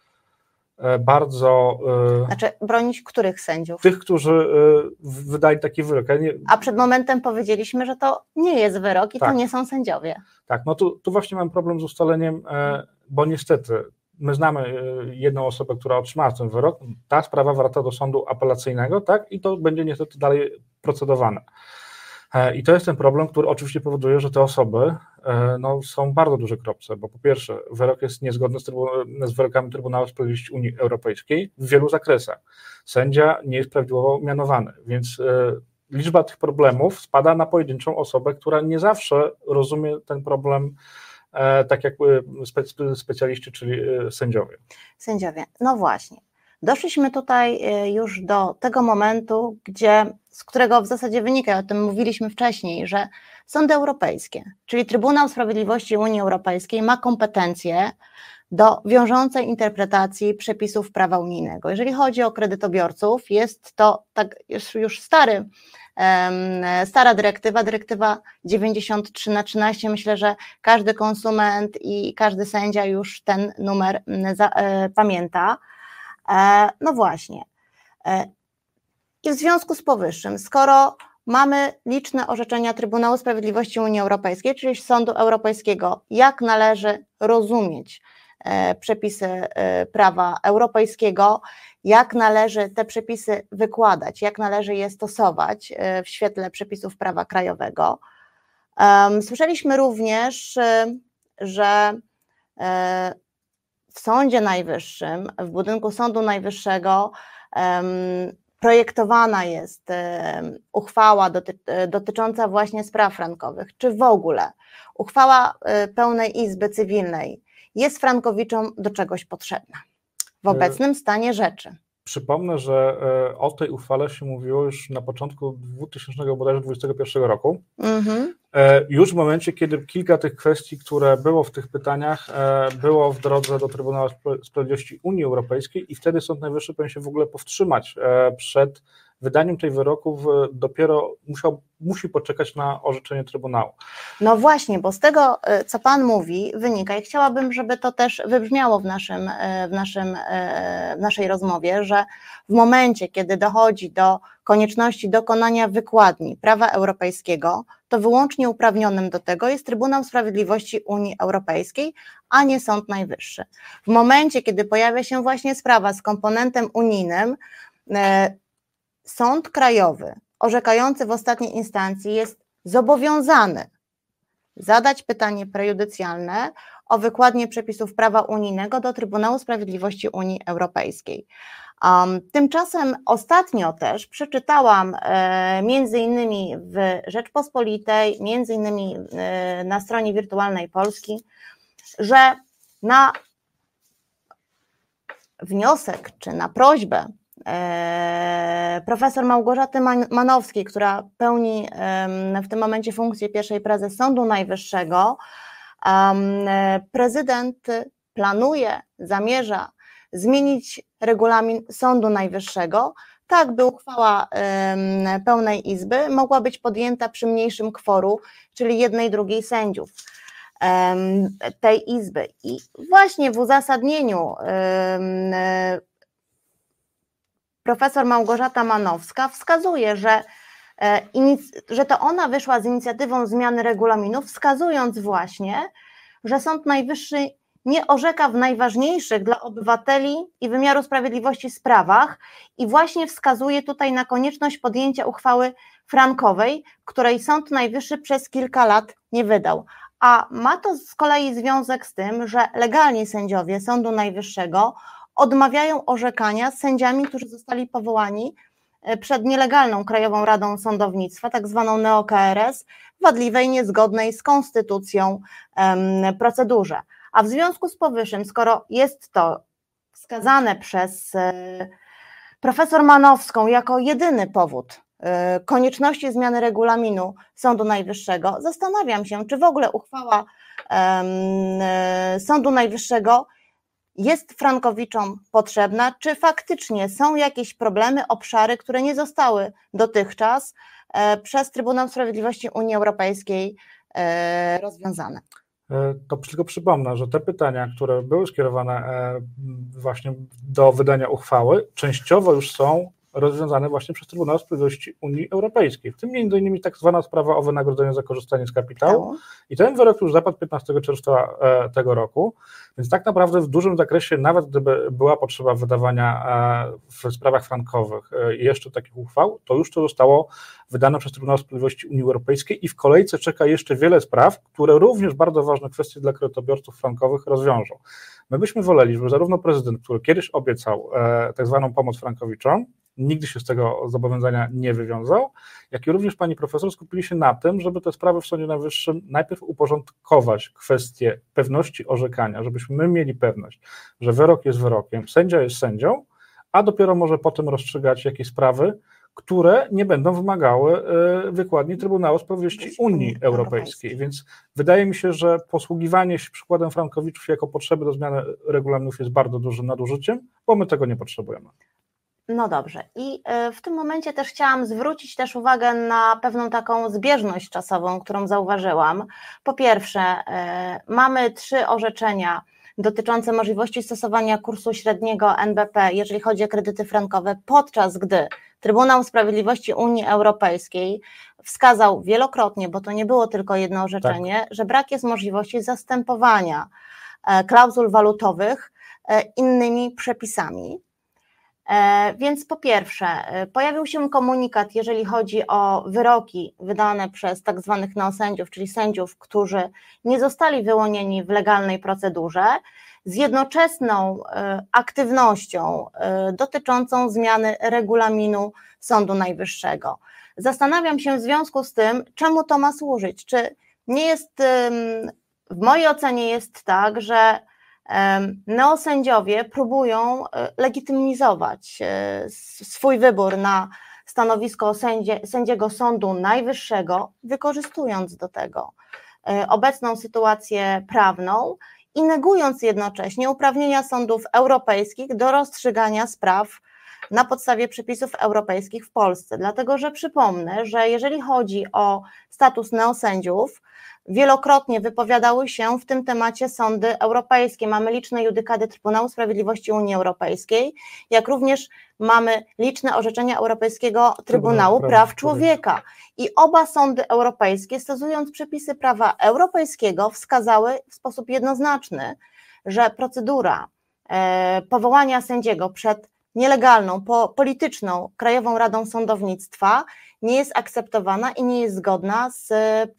bardzo... Znaczy bronić których sędziów? Tych, którzy wydali taki wyrok. A przed momentem powiedzieliśmy, że to nie jest wyrok i tak. To nie są sędziowie. Tak, no tu właśnie mam problem z ustaleniem, bo niestety my znamy jedną osobę, która otrzymała ten wyrok, ta sprawa wraca do sądu apelacyjnego, tak, i to będzie niestety dalej procedowane. I to jest ten problem, który oczywiście powoduje, że te osoby są bardzo duże kropce, bo po pierwsze wyrok jest niezgodny z wyrokami Trybunału Sprawiedliwości Unii Europejskiej w wielu zakresach. Sędzia nie jest prawidłowo mianowany, więc liczba tych problemów spada na pojedynczą osobę, która nie zawsze rozumie ten problem tak jak specjaliści, czyli sędziowie. Sędziowie, no właśnie. Doszliśmy tutaj już do tego momentu, z którego w zasadzie wynika, o tym mówiliśmy wcześniej, że sądy europejskie, czyli Trybunał Sprawiedliwości Unii Europejskiej ma kompetencje do wiążącej interpretacji przepisów prawa unijnego. Jeżeli chodzi o kredytobiorców, jest to już stara dyrektywa 93/13. Myślę, że każdy konsument i każdy sędzia już ten numer pamięta. No właśnie. I w związku z powyższym, skoro mamy liczne orzeczenia Trybunału Sprawiedliwości Unii Europejskiej, czyli Sądu Europejskiego, jak należy rozumieć przepisy prawa europejskiego, jak należy te przepisy wykładać, jak należy je stosować w świetle przepisów prawa krajowego. Słyszeliśmy również, że w Sądzie Najwyższym, w budynku Sądu Najwyższego projektowana jest uchwała dotycząca właśnie spraw frankowych, czy w ogóle uchwała pełnej Izby Cywilnej jest frankowiczom do czegoś potrzebna w obecnym stanie rzeczy. Przypomnę, że o tej uchwale się mówiło już na początku 2021 roku. Już w momencie, kiedy kilka tych kwestii, które było w tych pytaniach, było w drodze do Trybunału Sprawiedliwości Unii Europejskiej i wtedy Sąd Najwyższy powinien się w ogóle powstrzymać przed wydaniem tej wyroków, dopiero musi poczekać na orzeczenie Trybunału. No właśnie, bo z tego, co Pan mówi, wynika i chciałabym, żeby to też wybrzmiało w naszej rozmowie, że w momencie, kiedy dochodzi do konieczności dokonania wykładni prawa europejskiego, to wyłącznie uprawnionym do tego jest Trybunał Sprawiedliwości Unii Europejskiej, a nie Sąd Najwyższy. W momencie, kiedy pojawia się właśnie sprawa z komponentem unijnym, Sąd Krajowy orzekający w ostatniej instancji jest zobowiązany zadać pytanie prejudycjalne o wykładnię przepisów prawa unijnego do Trybunału Sprawiedliwości Unii Europejskiej. Tymczasem ostatnio też przeczytałam między innymi w Rzeczpospolitej, między innymi na stronie Wirtualnej Polski, że na wniosek czy na prośbę profesor Małgorzaty Manowskiej, która pełni w tym momencie funkcję pierwszej prezes Sądu Najwyższego, prezydent planuje, zamierza zmienić regulamin Sądu Najwyższego, tak by uchwała pełnej Izby mogła być podjęta przy mniejszym kworu, czyli 1/2 sędziów tej Izby. I właśnie w uzasadnieniu profesor Małgorzata Manowska wskazuje, że to ona wyszła z inicjatywą zmiany regulaminu, wskazując właśnie, że Sąd Najwyższy nie orzeka w najważniejszych dla obywateli i wymiaru sprawiedliwości sprawach i właśnie wskazuje tutaj na konieczność podjęcia uchwały frankowej, której Sąd Najwyższy przez kilka lat nie wydał. A ma to z kolei związek z tym, że legalni sędziowie Sądu Najwyższego odmawiają orzekania z sędziami, którzy zostali powołani przed nielegalną Krajową Radą Sądownictwa, tak zwaną neo-KRS, w wadliwej, niezgodnej z konstytucją procedurze. A w związku z powyższym, skoro jest to wskazane przez profesor Manowską jako jedyny powód konieczności zmiany regulaminu Sądu Najwyższego, zastanawiam się, czy w ogóle uchwała Sądu Najwyższego jest frankowiczom potrzebna, czy faktycznie są jakieś problemy, obszary, które nie zostały dotychczas przez Trybunał Sprawiedliwości Unii Europejskiej rozwiązane. To tylko przypomnę, że te pytania, które były skierowane właśnie do wydania uchwały, częściowo już są rozwiązane właśnie przez Trybunał Sprawiedliwości Unii Europejskiej, w tym między innymi tak zwana sprawa o wynagrodzeniu za korzystanie z kapitału i ten wyrok już zapadł 15 czerwca tego roku, więc tak naprawdę w dużym zakresie, nawet gdyby była potrzeba wydawania w sprawach frankowych jeszcze takich uchwał, to już to zostało wydane przez Trybunał Sprawiedliwości Unii Europejskiej i w kolejce czeka jeszcze wiele spraw, które również bardzo ważne kwestie dla kredytobiorców frankowych rozwiążą. My byśmy woleli, żeby zarówno prezydent, który kiedyś obiecał tak zwaną pomoc frankowiczom, nigdy się z tego zobowiązania nie wywiązał, jak i również pani profesor skupili się na tym, żeby te sprawy w Sądzie Najwyższym najpierw uporządkować kwestię pewności orzekania, żebyśmy my mieli pewność, że wyrok jest wyrokiem, sędzia jest sędzią, a dopiero może potem rozstrzygać jakieś sprawy, które nie będą wymagały wykładni Trybunału Sprawiedliwości Unii Europejskiej. Więc wydaje mi się, że posługiwanie się przykładem frankowiczów jako potrzeby do zmiany regulaminów jest bardzo dużym nadużyciem, bo my tego nie potrzebujemy. No dobrze. I w tym momencie też chciałam zwrócić też uwagę na pewną taką zbieżność czasową, którą zauważyłam. Po pierwsze, mamy 3 orzeczenia dotyczące możliwości stosowania kursu średniego NBP, jeżeli chodzi o kredyty frankowe, podczas gdy Trybunał Sprawiedliwości Unii Europejskiej wskazał wielokrotnie, bo to nie było tylko jedno orzeczenie, że brak jest możliwości zastępowania klauzul walutowych innymi przepisami. Więc po pierwsze, pojawił się komunikat, jeżeli chodzi o wyroki wydane przez tak zwanych neosędziów, czyli sędziów, którzy nie zostali wyłonieni w legalnej procedurze, z jednoczesną aktywnością dotyczącą zmiany regulaminu Sądu Najwyższego. Zastanawiam się w związku z tym, czemu to ma służyć. Czy nie jest, w mojej ocenie jest tak, że neosędziowie próbują legitymizować swój wybór na stanowisko sędziego Sądu Najwyższego, wykorzystując do tego obecną sytuację prawną i negując jednocześnie uprawnienia sądów europejskich do rozstrzygania spraw na podstawie przepisów europejskich w Polsce. Dlatego, że przypomnę, że jeżeli chodzi o status neosędziów, wielokrotnie wypowiadały się w tym temacie sądy europejskie. Mamy liczne judykaty Trybunału Sprawiedliwości Unii Europejskiej, jak również mamy liczne orzeczenia Europejskiego Trybunału Praw Człowieka. I oba sądy europejskie, stosując przepisy prawa europejskiego, wskazały w sposób jednoznaczny, że procedura powołania sędziego przed nielegalną, polityczną Krajową Radą Sądownictwa nie jest akceptowana i nie jest zgodna z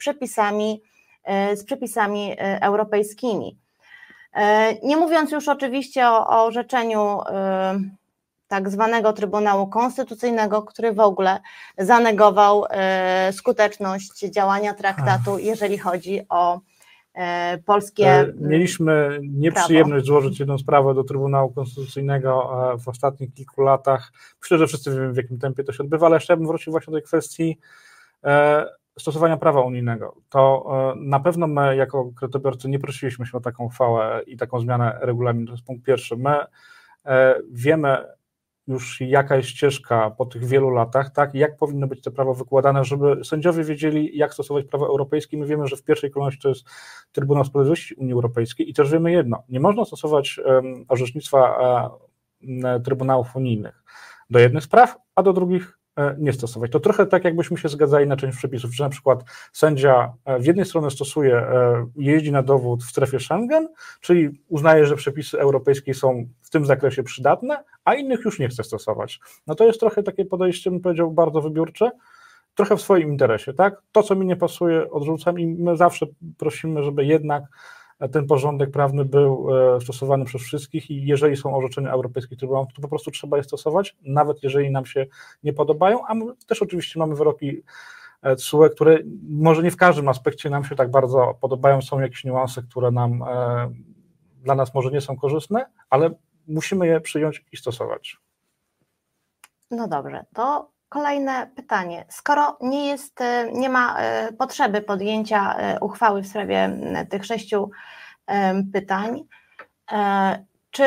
przepisami europejskimi. Nie mówiąc już oczywiście o orzeczeniu tak zwanego Trybunału Konstytucyjnego, który w ogóle zanegował skuteczność działania traktatu, jeżeli chodzi o polskie Mieliśmy nieprzyjemność złożyć jedną sprawę do Trybunału Konstytucyjnego w ostatnich kilku latach. Myślę, że wszyscy wiemy, w jakim tempie to się odbywa, ale jeszcze bym wrócił właśnie do tej kwestii stosowania prawa unijnego. To na pewno my jako kredytobiorcy nie prosiliśmy się o taką uchwałę i taką zmianę regulaminu, to jest punkt pierwszy. My wiemy już jaka jest ścieżka po tych wielu latach, tak, jak powinno być to prawo wykładane, żeby sędziowie wiedzieli, jak stosować prawo europejskie. My wiemy, że w pierwszej kolejności to jest Trybunał Sprawiedliwości Unii Europejskiej i też wiemy jedno, nie można stosować orzecznictwa trybunałów unijnych do jednych spraw, a do drugich nie stosować. To trochę tak, jakbyśmy się zgadzali na część przepisów, że na przykład sędzia w jednej stronie stosuje, jeździ na dowód w strefie Schengen, czyli uznaje, że przepisy europejskie są w tym zakresie przydatne, a innych już nie chce stosować. No to jest trochę takie podejście, bym powiedział, bardzo wybiórcze, trochę w swoim interesie, tak? To, co mi nie pasuje, odrzucam i my zawsze prosimy, żeby jednak ten porządek prawny był stosowany przez wszystkich i jeżeli są orzeczenia europejskich trybunałów, to po prostu trzeba je stosować, nawet jeżeli nam się nie podobają, a my też oczywiście mamy wyroki TSUE, które może nie w każdym aspekcie nam się tak bardzo podobają, są jakieś niuanse, które dla nas może nie są korzystne, ale musimy je przyjąć i stosować. No dobrze, to kolejne pytanie. Skoro nie ma potrzeby podjęcia uchwały w sprawie tych 6 pytań, czy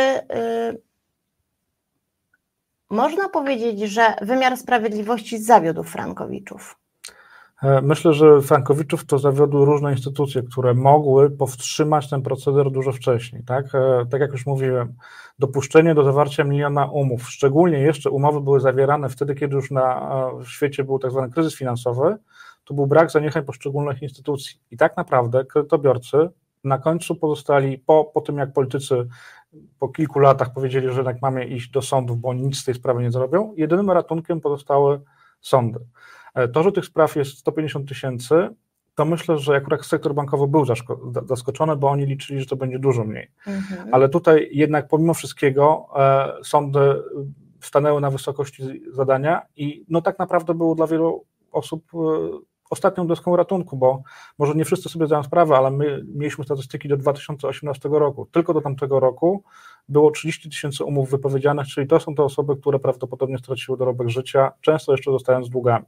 można powiedzieć, że wymiar sprawiedliwości zawiódł Frankowiczów? Myślę, że Frankowiczów to zawiodły różne instytucje, które mogły powstrzymać ten proceder dużo wcześniej. Tak jak już mówiłem, dopuszczenie do zawarcia 1 miliona umów, szczególnie jeszcze umowy były zawierane wtedy, kiedy już w świecie był tak zwany kryzys finansowy, to był brak zaniechań poszczególnych instytucji. I tak naprawdę kredytobiorcy na końcu pozostali, po tym jak politycy po kilku latach powiedzieli, że jednak mamy iść do sądów, bo oni nic z tej sprawy nie zrobią, jedynym ratunkiem pozostały sądy. To, że tych spraw jest 150 000, to myślę, że akurat sektor bankowy był zaskoczony, bo oni liczyli, że to będzie dużo mniej. Ale tutaj jednak pomimo wszystkiego sądy stanęły na wysokości zadania i no tak naprawdę było dla wielu osób ostatnią deską ratunku, bo może nie wszyscy sobie zdają sprawę, ale my mieliśmy statystyki do 2018 roku. Tylko do tamtego roku było 30 000 umów wypowiedzianych, czyli to są te osoby, które prawdopodobnie straciły dorobek życia, często jeszcze zostając z długami.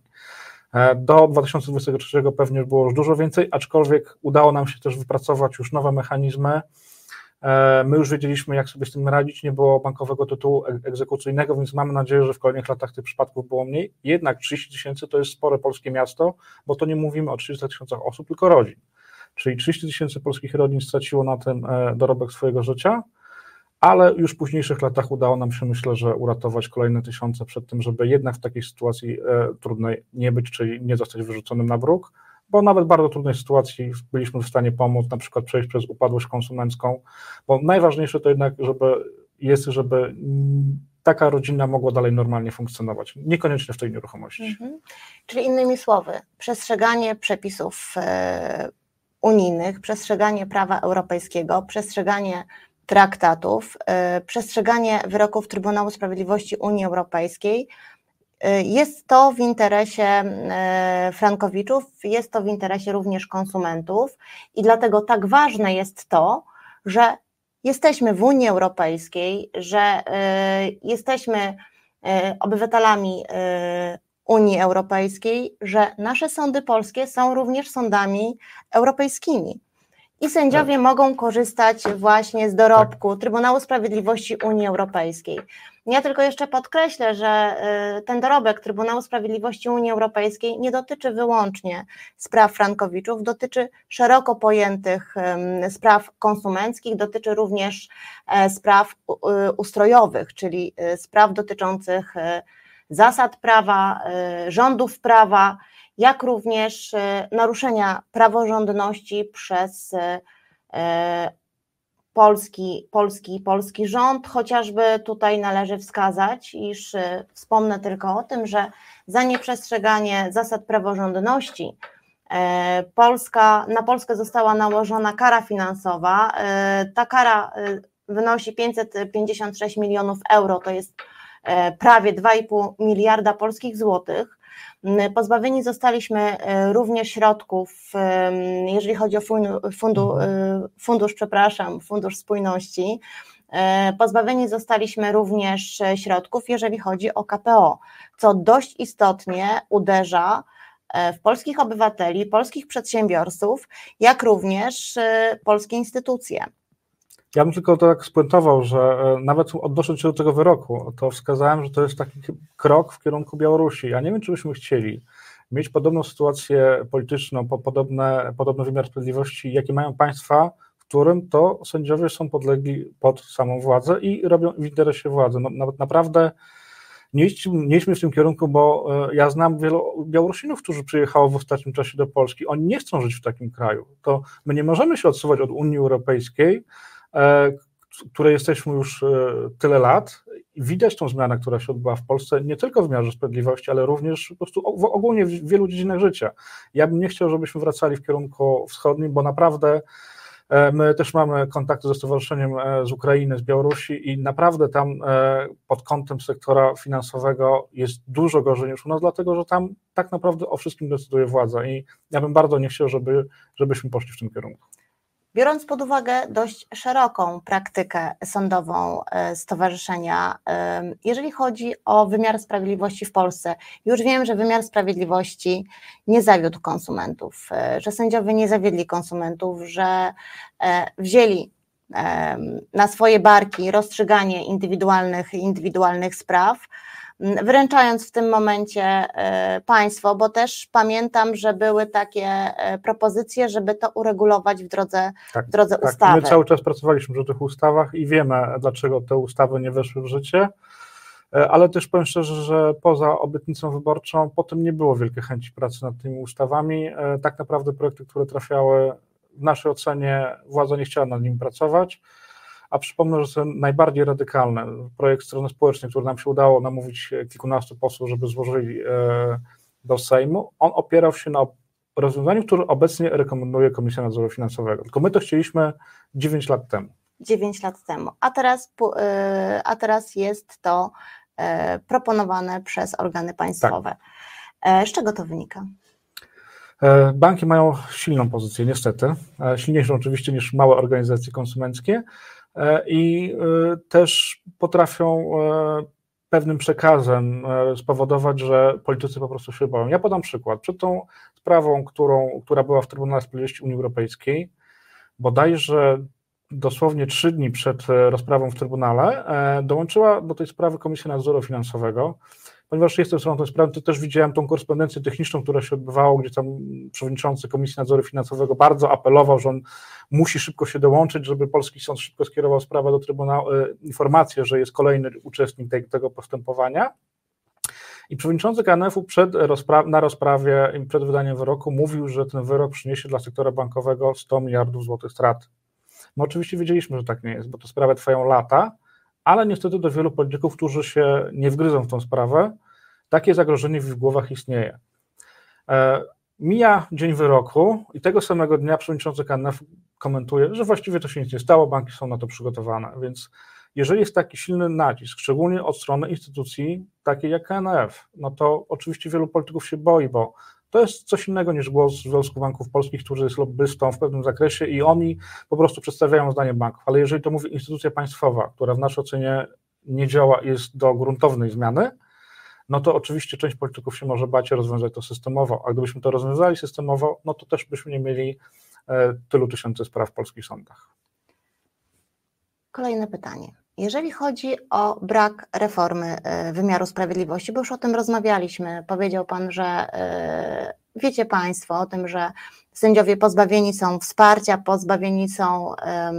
Do 2023 pewnie było już dużo więcej, aczkolwiek udało nam się też wypracować już nowe mechanizmy. My już wiedzieliśmy, jak sobie z tym radzić, nie było bankowego tytułu egzekucyjnego, więc mamy nadzieję, że w kolejnych latach tych przypadków było mniej. Jednak 30 000 to jest spore polskie miasto, bo to nie mówimy o 30 000 osób, tylko rodzin. Czyli 30 000 polskich rodzin straciło na tym dorobek swojego życia, ale już w późniejszych latach udało nam się, myślę, że uratować kolejne tysiące przed tym, żeby jednak w takiej sytuacji trudnej nie być, czyli nie zostać wyrzuconym na bruk, bo nawet w bardzo trudnej sytuacji byliśmy w stanie pomóc, na przykład przejść przez upadłość konsumencką, bo najważniejsze to jednak, żeby taka rodzina mogła dalej normalnie funkcjonować, niekoniecznie w tej nieruchomości. Czyli innymi słowy, przestrzeganie przepisów unijnych, przestrzeganie prawa europejskiego, przestrzeganie traktatów, przestrzeganie wyroków Trybunału Sprawiedliwości Unii Europejskiej. Jest to w interesie frankowiczów, jest to w interesie również konsumentów i dlatego tak ważne jest to, że jesteśmy w Unii Europejskiej, że jesteśmy obywatelami Unii Europejskiej, że nasze sądy polskie są również sądami europejskimi. I sędziowie mogą korzystać właśnie z dorobku Trybunału Sprawiedliwości Unii Europejskiej. Ja tylko jeszcze podkreślę, że ten dorobek Trybunału Sprawiedliwości Unii Europejskiej nie dotyczy wyłącznie spraw frankowiczów, dotyczy szeroko pojętych spraw konsumenckich, dotyczy również spraw ustrojowych, czyli spraw dotyczących zasad prawa, rządów prawa, jak również naruszenia praworządności przez polski rząd. Chociażby tutaj należy wskazać, iż wspomnę tylko o tym, że za nieprzestrzeganie zasad praworządności na Polskę została nałożona kara finansowa. Ta kara wynosi 556 milionów euro, to jest prawie 2,5 miliarda polskich złotych. Pozbawieni zostaliśmy również środków, jeżeli chodzi o Fundusz Spójności. Pozbawieni zostaliśmy również środków, jeżeli chodzi o KPO, co dość istotnie uderza w polskich obywateli, polskich przedsiębiorców, jak również polskie instytucje. Ja bym tylko tak spuentował, że nawet odnosząc się do tego wyroku, to wskazałem, że to jest taki krok w kierunku Białorusi. Ja nie wiem, czy byśmy chcieli mieć podobną sytuację polityczną, podobny wymiar sprawiedliwości, jakie mają państwa, w którym to sędziowie są podlegli pod samą władzę i robią w interesie władzy. No, nawet naprawdę nie idźmy w tym kierunku, bo ja znam wielu Białorusinów, którzy przyjechało w ostatnim czasie do Polski. Oni nie chcą żyć w takim kraju. To my nie możemy się odsuwać od Unii Europejskiej, której jesteśmy już tyle lat. Widać tą zmianę, która się odbyła w Polsce, nie tylko w wymiarze sprawiedliwości, ale również po prostu ogólnie w wielu dziedzinach życia. Ja bym nie chciał, żebyśmy wracali w kierunku wschodnim, bo naprawdę my też mamy kontakty ze Stowarzyszeniem z Ukrainy, z Białorusi i naprawdę tam pod kątem sektora finansowego jest dużo gorzej niż u nas, dlatego że tam tak naprawdę o wszystkim decyduje władza i ja bym bardzo nie chciał, żebyśmy poszli w tym kierunku. Biorąc pod uwagę dość szeroką praktykę sądową stowarzyszenia, jeżeli chodzi o wymiar sprawiedliwości w Polsce, już wiem, że wymiar sprawiedliwości nie zawiódł konsumentów, że sędziowie nie zawiedli konsumentów, że wzięli na swoje barki rozstrzyganie indywidualnych spraw, wręczając w tym momencie państwo, bo też pamiętam, że były takie propozycje, żeby to uregulować w drodze ustawy. My cały czas pracowaliśmy przy tych ustawach i wiemy, dlaczego te ustawy nie weszły w życie, ale też powiem szczerze, że poza obietnicą wyborczą potem nie było wielkiej chęci pracy nad tymi ustawami. Tak naprawdę projekty, które trafiały, w naszej ocenie władza nie chciała nad nimi pracować. A przypomnę, że ten najbardziej radykalny projekt strony społecznej, który nam się udało namówić kilkunastu posłów, żeby złożyli do Sejmu, on opierał się na rozwiązaniu, które obecnie rekomenduje Komisja Nadzoru Finansowego. Tylko my to chcieliśmy 9 lat temu. 9 lat temu, a teraz jest to proponowane przez organy państwowe. Tak. Z czego to wynika? Banki mają silną pozycję, niestety, silniejszą oczywiście niż małe organizacje konsumenckie, i też potrafią pewnym przekazem spowodować, że politycy po prostu się boją. Ja podam przykład. Przed tą sprawą, która była w Trybunale Sprawiedliwości Unii Europejskiej, bodajże dosłownie 3 dni przed rozprawą w Trybunale, dołączyła do tej sprawy Komisja Nadzoru Finansowego. Ponieważ jestem stroną tej sprawy, to też widziałem tą korespondencję techniczną, która się odbywała, gdzie tam przewodniczący Komisji Nadzoru Finansowego bardzo apelował, że on musi szybko się dołączyć, żeby polski sąd szybko skierował sprawę do Trybunału, informację, że jest kolejny uczestnik tego postępowania. I przewodniczący KNF-u na rozprawie i przed wydaniem wyroku mówił, że ten wyrok przyniesie dla sektora bankowego 100 miliardów złotych strat. My oczywiście wiedzieliśmy, że tak nie jest, bo te sprawy trwają lata, ale niestety do wielu polityków, którzy się nie wgryzą w tą sprawę, takie zagrożenie w ich głowach istnieje. Mija dzień wyroku i tego samego dnia przewodniczący KNF komentuje, że właściwie to się nic nie stało, banki są na to przygotowane, więc jeżeli jest taki silny nacisk, szczególnie od strony instytucji takiej jak KNF, no to oczywiście wielu polityków się boi, bo to jest coś innego niż głos Związku Banków Polskich, który jest lobbystą w pewnym zakresie i oni po prostu przedstawiają zdanie banków, ale jeżeli to mówi instytucja państwowa, która w naszej ocenie nie działa, jest do gruntownej zmiany, no to oczywiście część polityków się może bać rozwiązać to systemowo, a gdybyśmy to rozwiązali systemowo, no to też byśmy nie mieli tylu tysięcy spraw w polskich sądach. Kolejne pytanie. Jeżeli chodzi o brak reformy wymiaru sprawiedliwości, bo już o tym rozmawialiśmy, powiedział Pan, że wiecie Państwo o tym, że sędziowie pozbawieni są wsparcia, pozbawieni są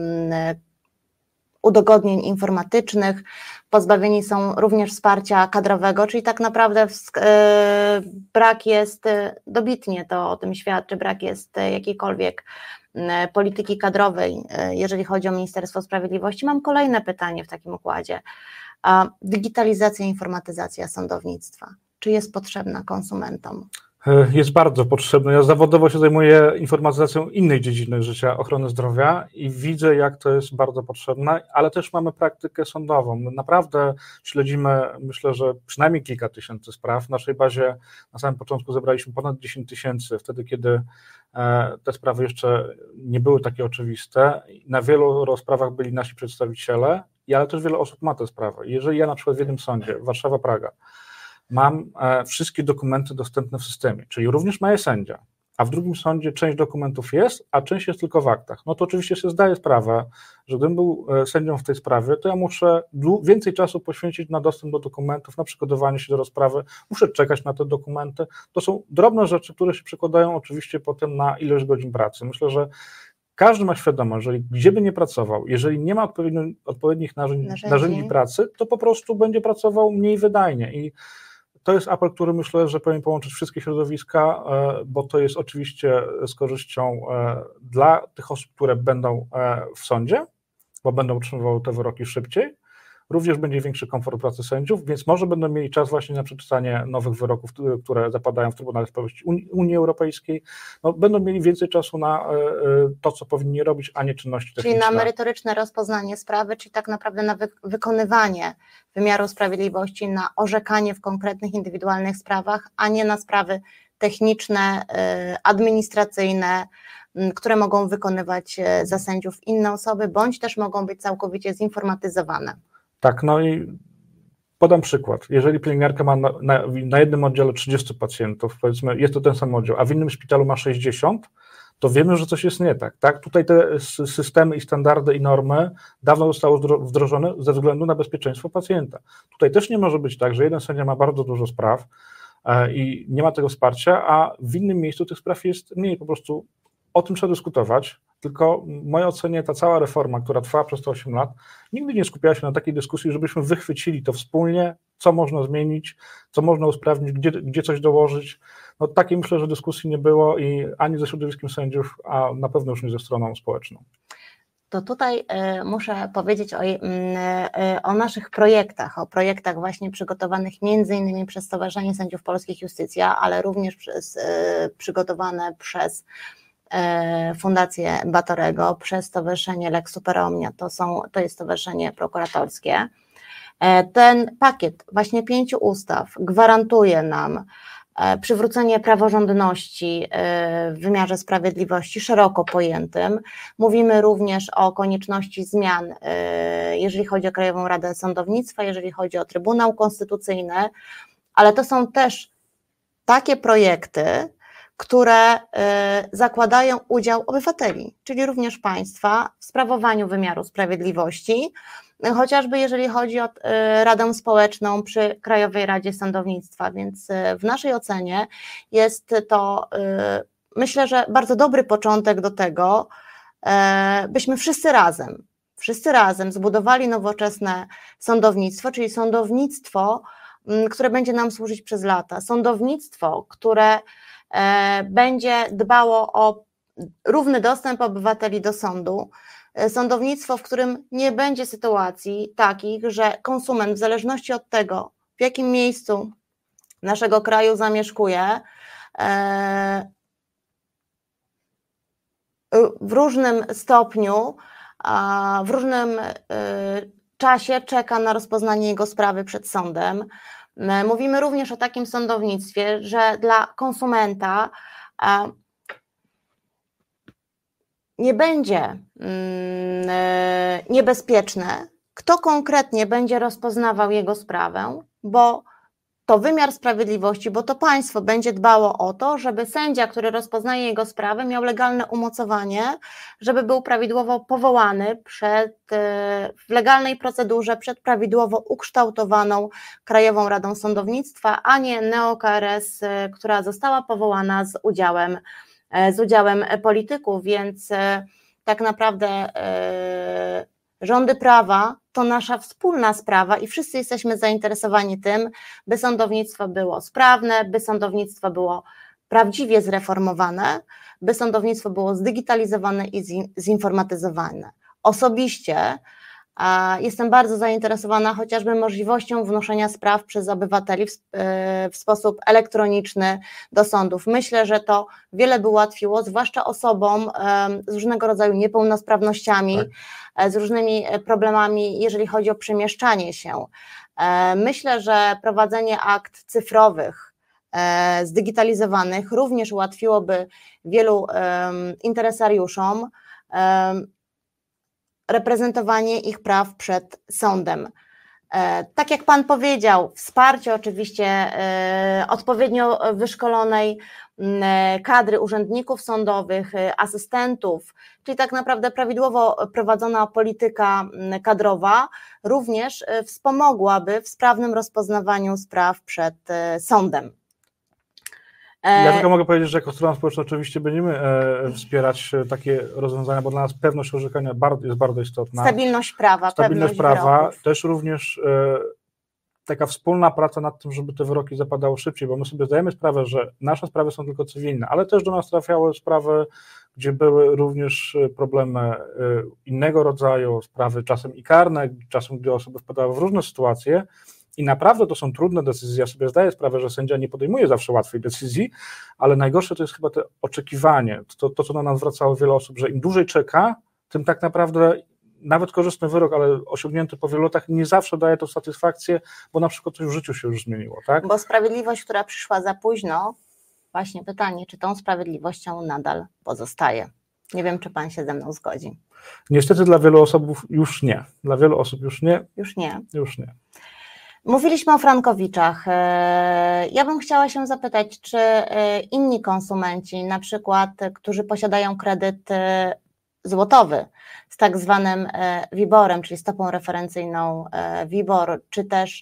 udogodnień informatycznych, pozbawieni są również wsparcia kadrowego, czyli tak naprawdę brak jest, dobitnie to o tym świadczy, brak jest jakiejkolwiek polityki kadrowej, jeżeli chodzi o Ministerstwo Sprawiedliwości. Mam kolejne pytanie w takim układzie. Digitalizacja, informatyzacja sądownictwa. Czy jest potrzebna konsumentom? Jest bardzo potrzebny. Ja zawodowo się zajmuję informatyzacją innej dziedziny życia, ochrony zdrowia i widzę, jak to jest bardzo potrzebne, ale też mamy praktykę sądową. My naprawdę śledzimy, myślę, że przynajmniej kilka tysięcy spraw. W naszej bazie na samym początku zebraliśmy ponad 10 000, wtedy kiedy te sprawy jeszcze nie były takie oczywiste. Na wielu rozprawach byli nasi przedstawiciele, ale też wiele osób ma te sprawy. Jeżeli ja na przykład w jednym sądzie, Warszawa-Praga, mam wszystkie dokumenty dostępne w systemie, czyli również ma je sędzia, a w drugim sądzie część dokumentów jest, a część jest tylko w aktach, no to oczywiście sobie zdaję sprawę, że gdybym był sędzią w tej sprawie, to ja muszę więcej czasu poświęcić na dostęp do dokumentów, na przygotowanie się do rozprawy, muszę czekać na te dokumenty. To są drobne rzeczy, które się przekładają oczywiście potem na ilość godzin pracy. Myślę, że każdy ma świadomość, że gdzie by nie pracował, jeżeli nie ma odpowiednich narzędzi pracy, to po prostu będzie pracował mniej wydajnie i to jest apel, który myślę, że powinien połączyć wszystkie środowiska, bo to jest oczywiście z korzyścią dla tych osób, które będą w sądzie, bo będą otrzymywały te wyroki szybciej. Również będzie większy komfort pracy sędziów, więc może będą mieli czas właśnie na przeczytanie nowych wyroków, które zapadają w Trybunale Sprawiedliwości Unii Europejskiej. No, będą mieli więcej czasu na to, co powinni robić, a nie czynności techniczne. Czyli na merytoryczne rozpoznanie sprawy, czyli tak naprawdę na wykonywanie wymiaru sprawiedliwości, na orzekanie w konkretnych, indywidualnych sprawach, a nie na sprawy techniczne, administracyjne, które mogą wykonywać za sędziów inne osoby, bądź też mogą być całkowicie zinformatyzowane. Tak, no i podam przykład. Jeżeli pielęgniarka ma na jednym oddziale 30 pacjentów, powiedzmy, jest to ten sam oddział, a w innym szpitalu ma 60, to wiemy, że coś jest nie tak. Tak? Tutaj te systemy i standardy i normy dawno zostały wdrożone ze względu na bezpieczeństwo pacjenta. Tutaj też nie może być tak, że jeden sędzia ma bardzo dużo spraw i nie ma tego wsparcia, a w innym miejscu tych spraw jest mniej. Po prostu o tym trzeba dyskutować. Tylko w mojej ocenie ta cała reforma, która trwała przez te 8 lat, nigdy nie skupiała się na takiej dyskusji, żebyśmy wychwycili to wspólnie, co można zmienić, co można usprawnić, gdzie coś dołożyć. No takiej myślę, że dyskusji nie było i ani ze środowiskiem sędziów, a na pewno już nie ze stroną społeczną. To tutaj muszę powiedzieć o naszych projektach, o projektach właśnie przygotowanych między innymi przez Stowarzyszenie Sędziów Polskich Iustitia, ale również przygotowane przez Fundację Batorego, przez Stowarzyszenie Lex Super Omnia, to jest stowarzyszenie prokuratorskie. Ten pakiet właśnie 5 ustaw gwarantuje nam przywrócenie praworządności w wymiarze sprawiedliwości szeroko pojętym. Mówimy również o konieczności zmian, jeżeli chodzi o Krajową Radę Sądownictwa, jeżeli chodzi o Trybunał Konstytucyjny, ale to są też takie projekty, które zakładają udział obywateli, czyli również państwa w sprawowaniu wymiaru sprawiedliwości, chociażby jeżeli chodzi o Radę Społeczną przy Krajowej Radzie Sądownictwa, więc w naszej ocenie jest to, myślę, że bardzo dobry początek do tego, byśmy wszyscy razem zbudowali nowoczesne sądownictwo, czyli sądownictwo, które będzie nam służyć przez lata, sądownictwo, które będzie dbało o równy dostęp obywateli do sądu, sądownictwo, w którym nie będzie sytuacji takich, że konsument w zależności od tego, w jakim miejscu naszego kraju zamieszkuje, w różnym stopniu, w różnym czasie czeka na rozpoznanie jego sprawy przed sądem. Mówimy również o takim sądownictwie, że dla konsumenta nie będzie niebezpieczne, kto konkretnie będzie rozpoznawał jego sprawę, bo to wymiar sprawiedliwości, bo to państwo będzie dbało o to, żeby sędzia, który rozpoznaje jego sprawę, miał legalne umocowanie, żeby był prawidłowo powołany w legalnej procedurze przed prawidłowo ukształtowaną Krajową Radą Sądownictwa, a nie neo-KRS, która została powołana z udziałem polityków, więc tak naprawdę rządy prawa to nasza wspólna sprawa i wszyscy jesteśmy zainteresowani tym, by sądownictwo było sprawne, by sądownictwo było prawdziwie zreformowane, by sądownictwo było zdigitalizowane i zinformatyzowane. Osobiście Jestem bardzo zainteresowana chociażby możliwością wnoszenia spraw przez obywateli w sposób elektroniczny do sądów. Myślę, że to wiele by ułatwiło, zwłaszcza osobom z różnego rodzaju niepełnosprawnościami, z różnymi problemami, jeżeli chodzi o przemieszczanie się. Myślę, że prowadzenie akt cyfrowych, zdigitalizowanych również ułatwiłoby wielu interesariuszom reprezentowanie ich praw przed sądem. Tak jak Pan powiedział, wsparcie oczywiście odpowiednio wyszkolonej kadry urzędników sądowych, asystentów, czyli tak naprawdę prawidłowo prowadzona polityka kadrowa również wspomogłaby w sprawnym rozpoznawaniu spraw przed sądem. Ja tylko mogę powiedzieć, że jako strona społeczna oczywiście będziemy wspierać takie rozwiązania, bo dla nas pewność orzekania jest bardzo istotna. Stabilność prawa, Stabilność prawa, wyroków. Też również taka wspólna praca nad tym, żeby te wyroki zapadały szybciej, bo my sobie zdajemy sprawę, że nasze sprawy są tylko cywilne, ale też do nas trafiały sprawy, gdzie były również problemy innego rodzaju, sprawy czasem i karne, czasem gdy osoby wpadały w różne sytuacje. I naprawdę to są trudne decyzje. Ja sobie zdaję sprawę, że sędzia nie podejmuje zawsze łatwej decyzji, ale najgorsze to jest chyba to oczekiwanie, to co na nas zwracało wiele osób, że im dłużej czeka, tym tak naprawdę nawet korzystny wyrok, ale osiągnięty po wielu latach nie zawsze daje to satysfakcję, bo na przykład coś w życiu się już zmieniło. Tak? Bo sprawiedliwość, która przyszła za późno, właśnie pytanie, czy tą sprawiedliwością nadal pozostaje. Nie wiem, czy Pan się ze mną zgodzi. Niestety dla wielu osób już nie. Dla wielu osób już nie. Już nie. Już nie. Mówiliśmy o frankowiczach. Ja bym chciała się zapytać, czy inni konsumenci, na przykład, którzy posiadają kredyt złotowy z tak zwanym WIBOR-em, czyli stopą referencyjną WIBOR, czy też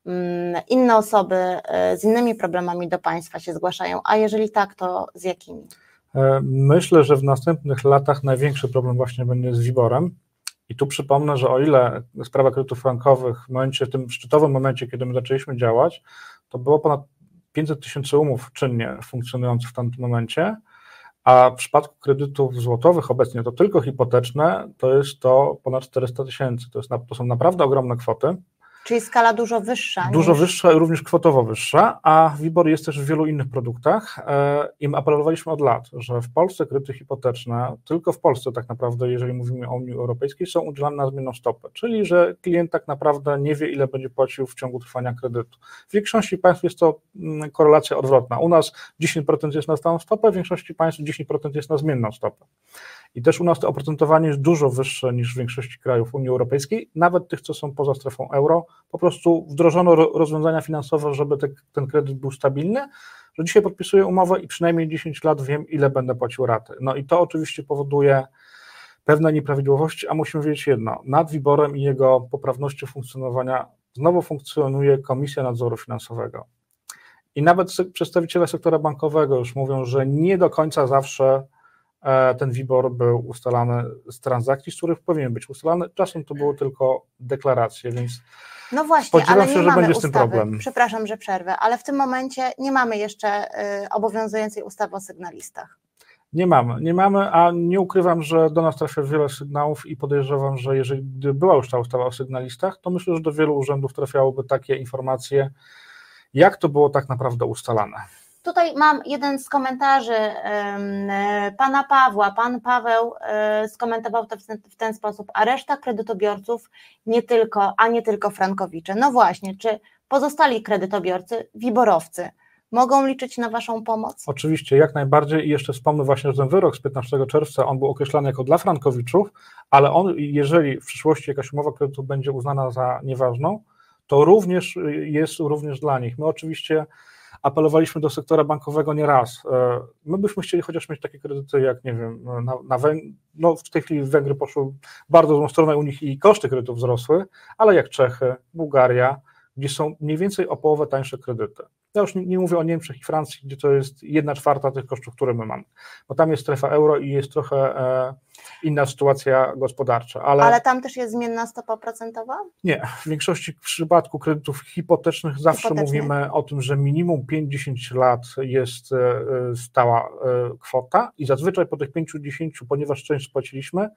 inne osoby z innymi problemami do państwa się zgłaszają, a jeżeli tak, to z jakimi? Myślę, że w następnych latach największy problem właśnie będzie z WIBOR-em. I tu przypomnę, że o ile sprawa kredytów frankowych w tym szczytowym momencie, kiedy my zaczęliśmy działać, to było ponad 500 000 umów czynnie funkcjonujących w tamtym momencie, a w przypadku kredytów złotowych obecnie to tylko hipoteczne, to jest to ponad 400 000. To są naprawdę ogromne kwoty. Czyli skala dużo wyższa. Dużo wyższa i również kwotowo wyższa, a WIBOR jest też w wielu innych produktach i my apelowaliśmy od lat, że w Polsce kredyty hipoteczne, tylko w Polsce tak naprawdę, jeżeli mówimy o Unii Europejskiej, są udzielane na zmienną stopę, czyli że klient tak naprawdę nie wie, ile będzie płacił w ciągu trwania kredytu. W większości państw jest to korelacja odwrotna. U nas 10% jest na stałą stopę, w większości państw 10% jest na zmienną stopę. I też u nas to oprocentowanie jest dużo wyższe niż w większości krajów Unii Europejskiej, nawet tych, co są poza strefą euro. Po prostu wdrożono rozwiązania finansowe, żeby ten kredyt był stabilny, że dzisiaj podpisuję umowę i przynajmniej 10 lat wiem, ile będę płacił raty. No i to oczywiście powoduje pewne nieprawidłowości, a musimy wiedzieć jedno, nad WIBOR-em i jego poprawnością funkcjonowania znowu funkcjonuje Komisja Nadzoru Finansowego. I nawet przedstawiciele sektora bankowego już mówią, że nie do końca zawsze ten WIBOR był ustalany z transakcji, z których powinien być ustalany. Czasem to były tylko deklaracje, więc no właśnie, spodziewam ale się, że będzie z tym problem. Przepraszam, że przerwę, ale w tym momencie nie mamy jeszcze obowiązującej ustawy o sygnalistach. Nie mamy, a nie ukrywam, że do nas trafia wiele sygnałów i podejrzewam, że jeżeli gdyby była już ta ustawa o sygnalistach, to myślę, że do wielu urzędów trafiałoby takie informacje, jak to było tak naprawdę ustalane. Tutaj mam jeden z komentarzy pana Pawła. Pan Paweł skomentował to w ten sposób, a reszta kredytobiorców nie tylko frankowicze. No właśnie, czy pozostali kredytobiorcy, wiborowcy mogą liczyć na Waszą pomoc? Oczywiście, jak najbardziej i jeszcze wspomnę właśnie, że ten wyrok z 15 czerwca, on był określany jako dla frankowiczów, ale jeżeli w przyszłości jakaś umowa kredytu będzie uznana za nieważną, to również jest dla nich. My oczywiście apelowaliśmy do sektora bankowego nieraz. My byśmy chcieli chociaż mieć takie kredyty jak, nie wiem, no w tej chwili Węgry poszły bardzo złą stronę, u nich i koszty kredytów wzrosły, ale jak Czechy, Bułgaria, gdzie są mniej więcej o połowę tańsze kredyty. Ja już nie mówię o Niemczech i Francji, gdzie to jest 1/4 tych kosztów, które my mamy, bo tam jest strefa euro i jest trochę inna sytuacja gospodarcza. Ale tam też jest zmienna stopa procentowa? Nie, w większości w przypadku kredytów hipotecznych zawsze mówimy o tym, że minimum 5-10 lat jest stała kwota i zazwyczaj po tych 5-10, ponieważ część spłaciliśmy,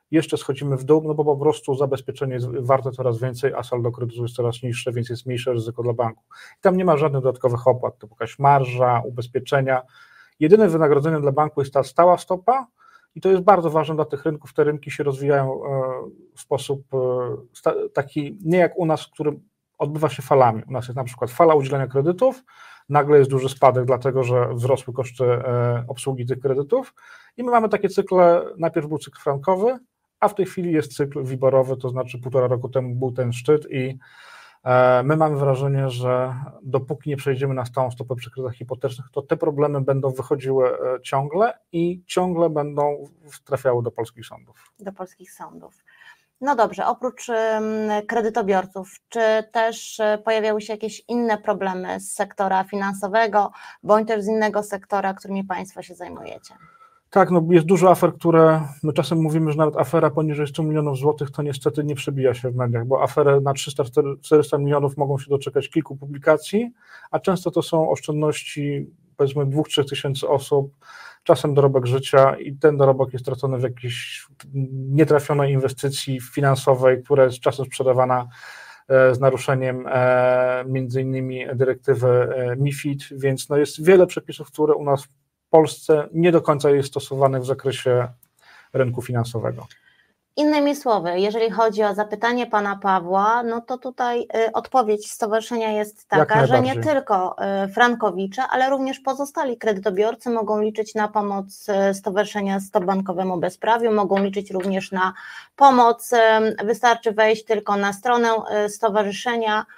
jeszcze schodzimy w dół, no bo po prostu zabezpieczenie jest warte coraz więcej, a saldo kredytu jest coraz niższe, więc jest mniejsze ryzyko dla banku. I tam nie ma żadnych dodatkowych opłat, typu jakaś marża, ubezpieczenia. Jedyne wynagrodzenie dla banku jest ta stała stopa i to jest bardzo ważne dla tych rynków. Te rynki się rozwijają w sposób taki, nie jak u nas, w którym odbywa się falami. U nas jest na przykład fala udzielania kredytów, nagle jest duży spadek, dlatego że wzrosły koszty obsługi tych kredytów i my mamy takie cykle, najpierw był cykl frankowy, a w tej chwili jest cykl WIBOR-owy, to znaczy 1,5 roku temu był ten szczyt i my mamy wrażenie, że dopóki nie przejdziemy na stałą stopę przy kredytach hipotecznych, to te problemy będą wychodziły ciągle i ciągle będą trafiały do polskich sądów. Do polskich sądów. No dobrze, oprócz kredytobiorców, czy też pojawiały się jakieś inne problemy z sektora finansowego, bądź też z innego sektora, którymi Państwo się zajmujecie? Tak, no jest dużo afer, które my czasem mówimy, że nawet afera poniżej 100 milionów złotych to niestety nie przebija się w mediach, bo afery na 300-400 milionów mogą się doczekać kilku publikacji, a często to są oszczędności powiedzmy 2-3 tysięcy osób, czasem dorobek życia i ten dorobek jest tracony w jakiejś nietrafionej inwestycji finansowej, która jest czasem sprzedawana z naruszeniem między innymi dyrektywy MiFID, więc no jest wiele przepisów, które u nas w Polsce nie do końca jest stosowanych w zakresie rynku finansowego. Innymi słowy, jeżeli chodzi o zapytanie pana Pawła, no to tutaj odpowiedź stowarzyszenia jest taka, że nie tylko frankowicze, ale również pozostali kredytobiorcy mogą liczyć na pomoc stowarzyszenia Stop Bankowemu Bezprawiu, mogą liczyć również na pomoc, wystarczy wejść tylko na stronę stowarzyszenia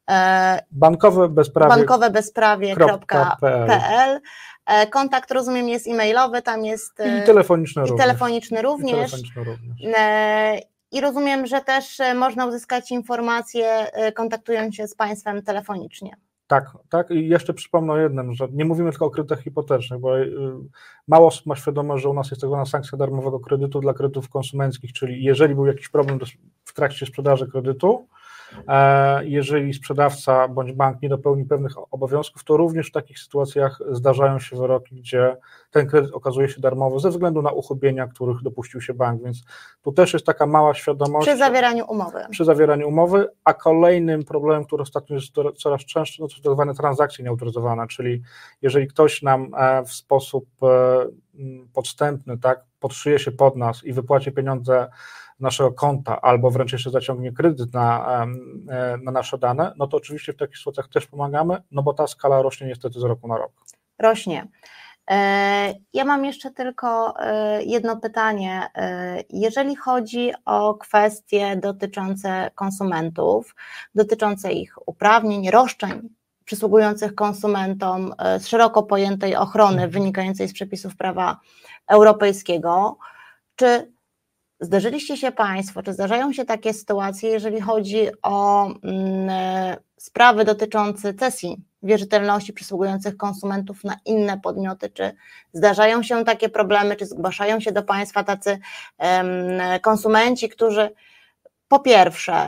bankowebezprawie.pl. Kontakt, rozumiem, jest e-mailowy, tam jest i telefoniczny również. I rozumiem, że też można uzyskać informacje, kontaktując się z Państwem telefonicznie. Tak. I jeszcze przypomnę o jednym, że nie mówimy tylko o kredytach hipotecznych, bo mało osób ma świadomość, że u nas jest tak zwana sankcja darmowego kredytu dla kredytów konsumenckich, czyli jeżeli był jakiś problem w trakcie sprzedaży kredytu, jeżeli sprzedawca bądź bank nie dopełni pewnych obowiązków, to również w takich sytuacjach zdarzają się wyroki, gdzie ten kredyt okazuje się darmowy ze względu na uchybienia, których dopuścił się bank, więc tu też jest taka mała świadomość. Przy zawieraniu umowy. A kolejnym problemem, który ostatnio jest coraz częstszy, to są tak zwane transakcje nieautoryzowane, czyli jeżeli ktoś nam w sposób podstępny, tak, podszyje się pod nas i wypłaci pieniądze naszego konta, albo wręcz jeszcze zaciągnie kredyt na nasze dane, no to oczywiście w takich sytuacjach też pomagamy, no bo ta skala rośnie niestety z roku na rok. Rośnie. Ja mam jeszcze tylko jedno pytanie. Jeżeli chodzi o kwestie dotyczące konsumentów, dotyczące ich uprawnień, roszczeń przysługujących konsumentom z szeroko pojętej ochrony wynikającej z przepisów prawa europejskiego, czy zdarzyliście się Państwo, czy zdarzają się takie sytuacje, jeżeli chodzi o sprawy dotyczące cesji wierzytelności przysługujących konsumentów na inne podmioty, czy zdarzają się takie problemy, czy zgłaszają się do Państwa tacy konsumenci, którzy po pierwsze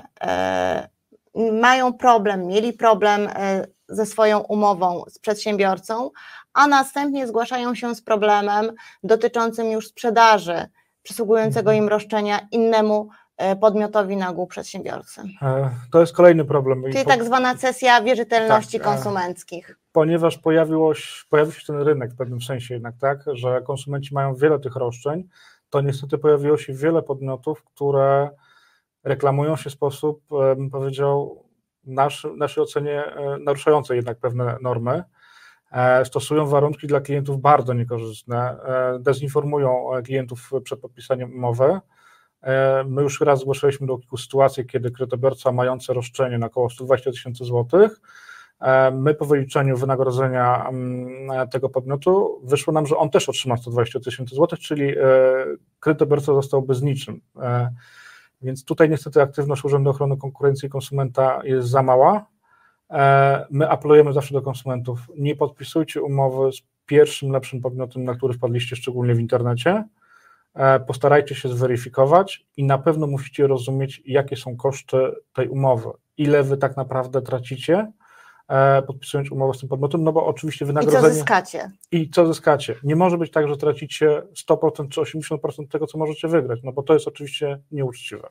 mieli problem ze swoją umową z przedsiębiorcą, a następnie zgłaszają się z problemem dotyczącym już sprzedaży przysługującego im roszczenia innemu podmiotowi na ogół przedsiębiorcy. To jest kolejny problem. Czyli tak zwana cesja wierzytelności konsumenckich. Ponieważ pojawił się ten rynek w pewnym sensie jednak, tak, że konsumenci mają wiele tych roszczeń, to niestety pojawiło się wiele podmiotów, które reklamują się w sposób, bym powiedział, w naszej ocenie naruszający jednak pewne normy, stosują warunki dla klientów bardzo niekorzystne, dezinformują klientów przed podpisaniem umowy. My już raz zgłaszaliśmy do kilku sytuacji, kiedy kredytobiorca mający roszczenie na około 120 000 złotych, my po wyliczeniu wynagrodzenia tego podmiotu wyszło nam, że on też otrzyma 120 000 złotych, czyli kredytobiorca zostałby z niczym. Więc tutaj niestety aktywność Urzędu Ochrony Konkurencji i Konsumenta jest za mała. My apelujemy zawsze do konsumentów, nie podpisujcie umowy z pierwszym lepszym podmiotem, na który wpadliście, szczególnie w internecie. Postarajcie się zweryfikować i na pewno musicie rozumieć, jakie są koszty tej umowy, ile wy tak naprawdę tracicie, podpisując umowę z tym podmiotem, no bo oczywiście I wynagrodzenie... co zyskacie? I co zyskacie? Nie może być tak, że tracicie 100% czy 80% tego, co możecie wygrać, no bo to jest oczywiście nieuczciwe.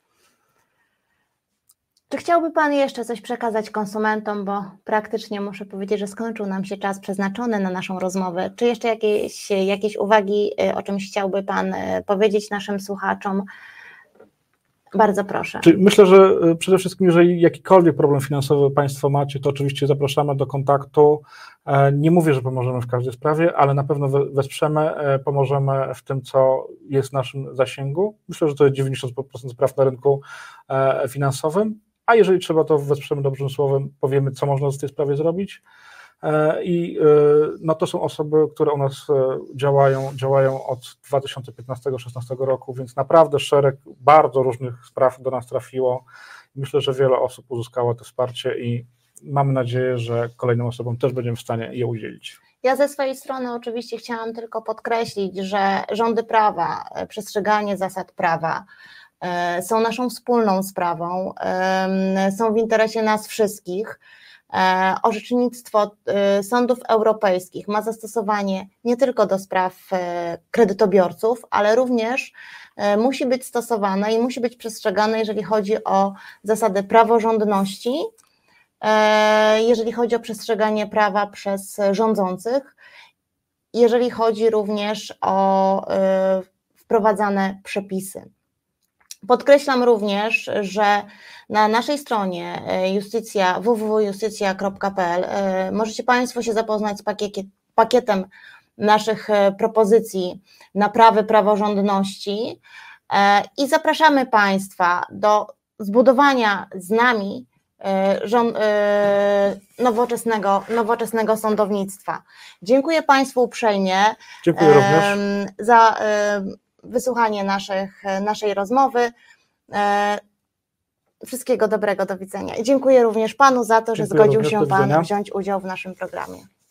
Czy chciałby Pan jeszcze coś przekazać konsumentom, bo praktycznie muszę powiedzieć, że skończył nam się czas przeznaczony na naszą rozmowę. Czy jeszcze jakieś uwagi, o czymś chciałby Pan powiedzieć naszym słuchaczom? Bardzo proszę. Myślę, że przede wszystkim, jeżeli jakikolwiek problem finansowy Państwo macie, to oczywiście zapraszamy do kontaktu. Nie mówię, że pomożemy w każdej sprawie, ale na pewno wesprzemy, pomożemy w tym, co jest w naszym zasięgu. Myślę, że to jest 90% spraw na rynku finansowym, a jeżeli trzeba, to wesprzemy dobrym słowem, powiemy, co można w tej sprawie zrobić. I no, to są osoby, które u nas działają od 2015-2016 roku, więc naprawdę szereg bardzo różnych spraw do nas trafiło. Myślę, że wiele osób uzyskało to wsparcie i mamy nadzieję, że kolejnym osobom też będziemy w stanie je udzielić. Ja ze swojej strony oczywiście chciałam tylko podkreślić, że rządy prawa, przestrzeganie zasad prawa są naszą wspólną sprawą, są w interesie nas wszystkich. Orzecznictwo sądów europejskich ma zastosowanie nie tylko do spraw kredytobiorców, ale również musi być stosowane i musi być przestrzegane, jeżeli chodzi o zasady praworządności, jeżeli chodzi o przestrzeganie prawa przez rządzących, jeżeli chodzi również o wprowadzane przepisy. Podkreślam również, że na naszej stronie www.justicja.pl możecie Państwo się zapoznać z pakietem naszych propozycji naprawy praworządności i zapraszamy Państwa do zbudowania z nami nowoczesnego sądownictwa. Dziękuję Państwu uprzejmie. Dziękuję również za wysłuchanie naszej rozmowy. Wszystkiego dobrego, do widzenia. I dziękuję również Panu za to, że zgodził się Pan wziąć udział w naszym programie.